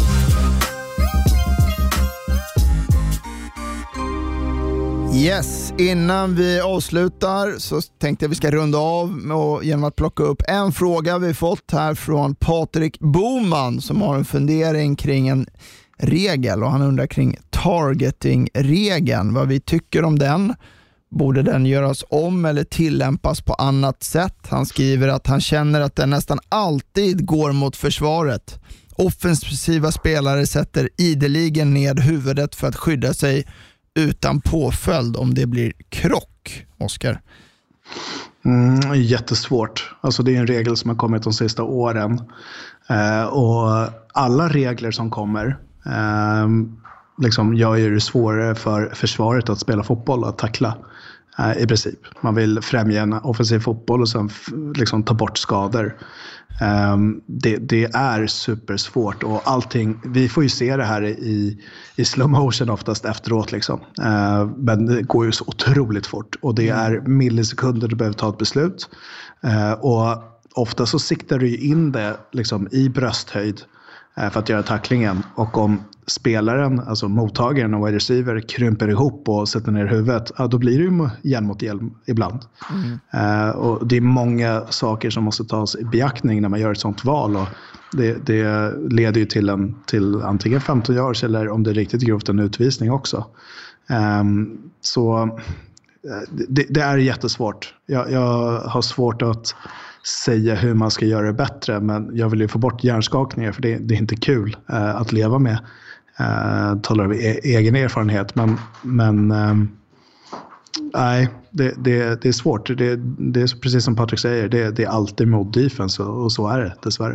Yes, innan vi avslutar så tänkte jag vi ska runda av med, genom att plocka upp en fråga vi fått här från Patrik Boman som har en fundering kring en regel och han undrar kring targeting-regeln, vad vi tycker om den. Borde den göras om eller tillämpas på annat sätt? Han skriver att han känner att den nästan alltid går mot försvaret. Offensiva spelare sätter ideligen ned huvudet för att skydda sig utan påföljd om det blir krock, Oskar? Mm, jättesvårt. Alltså det är en regel som har kommit de sista åren. Eh, och alla regler som kommer eh, liksom gör ju det svårare för försvaret att spela fotboll och att tackla eh, i princip. Man vill främja en offensiv fotboll och sen f- liksom ta bort skador. Um, det, det är supersvårt och allting, vi får ju se det här i, i slow motion oftast efteråt liksom. Uh, men det går ju så otroligt fort och det är millisekunder du behöver ta ett beslut uh, och ofta så siktar du in det liksom i brösthöjd uh, för att göra tacklingen och om spelaren, alltså mottagaren och wide receiver krymper ihop och sätter ner huvudet, ja, då blir det ju hjälm mot hjälm ibland. Mm. Uh, och det är många saker som måste tas i beaktning när man gör ett sånt val och det, det leder ju till, en, till antingen femton yards eller om det är riktigt grovt en utvisning också. Um, så det, det är jättesvårt. Jag, jag har svårt att säga hur man ska göra det bättre, men jag vill ju få bort hjärnskakningar, för det, det är inte kul uh, att leva med. Uh, talar av e- egen erfarenhet, men, men um, nej, det, det, det är svårt. Det, det är precis som Patrik säger, det, det är alltid mot defense, och, och så är det dessvärre.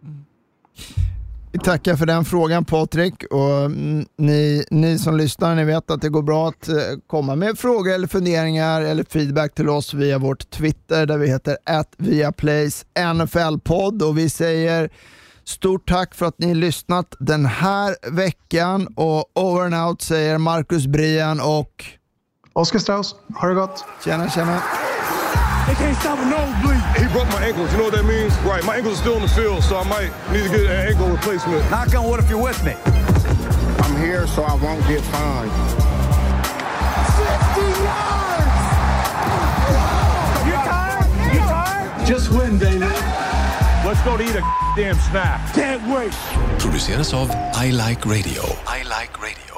Vi tackar för den frågan, Patrik, och ni, ni som lyssnar, ni vet att det går bra att komma med frågor eller funderingar eller feedback till oss via vårt Twitter där vi heter at Viaplays N F L-podd, och vi säger stort tack för att ni lyssnat den här veckan, och over and out säger Marcus Brian och Oskar Strauss. Ha det gott. Tjena, tjena. They can't stop a nosebleed. He broke my ankles. You know what that means? Right. My ankles are still in the field, so I might need to get an ankle replacement. Knock on wood if you're with me. I'm here so I won't get fined. fifty yards! You tired? You tired? Just win, baby. Let's go to eat a damn snack. Can't wait. Produceras av I Like Radio. I Like Radio.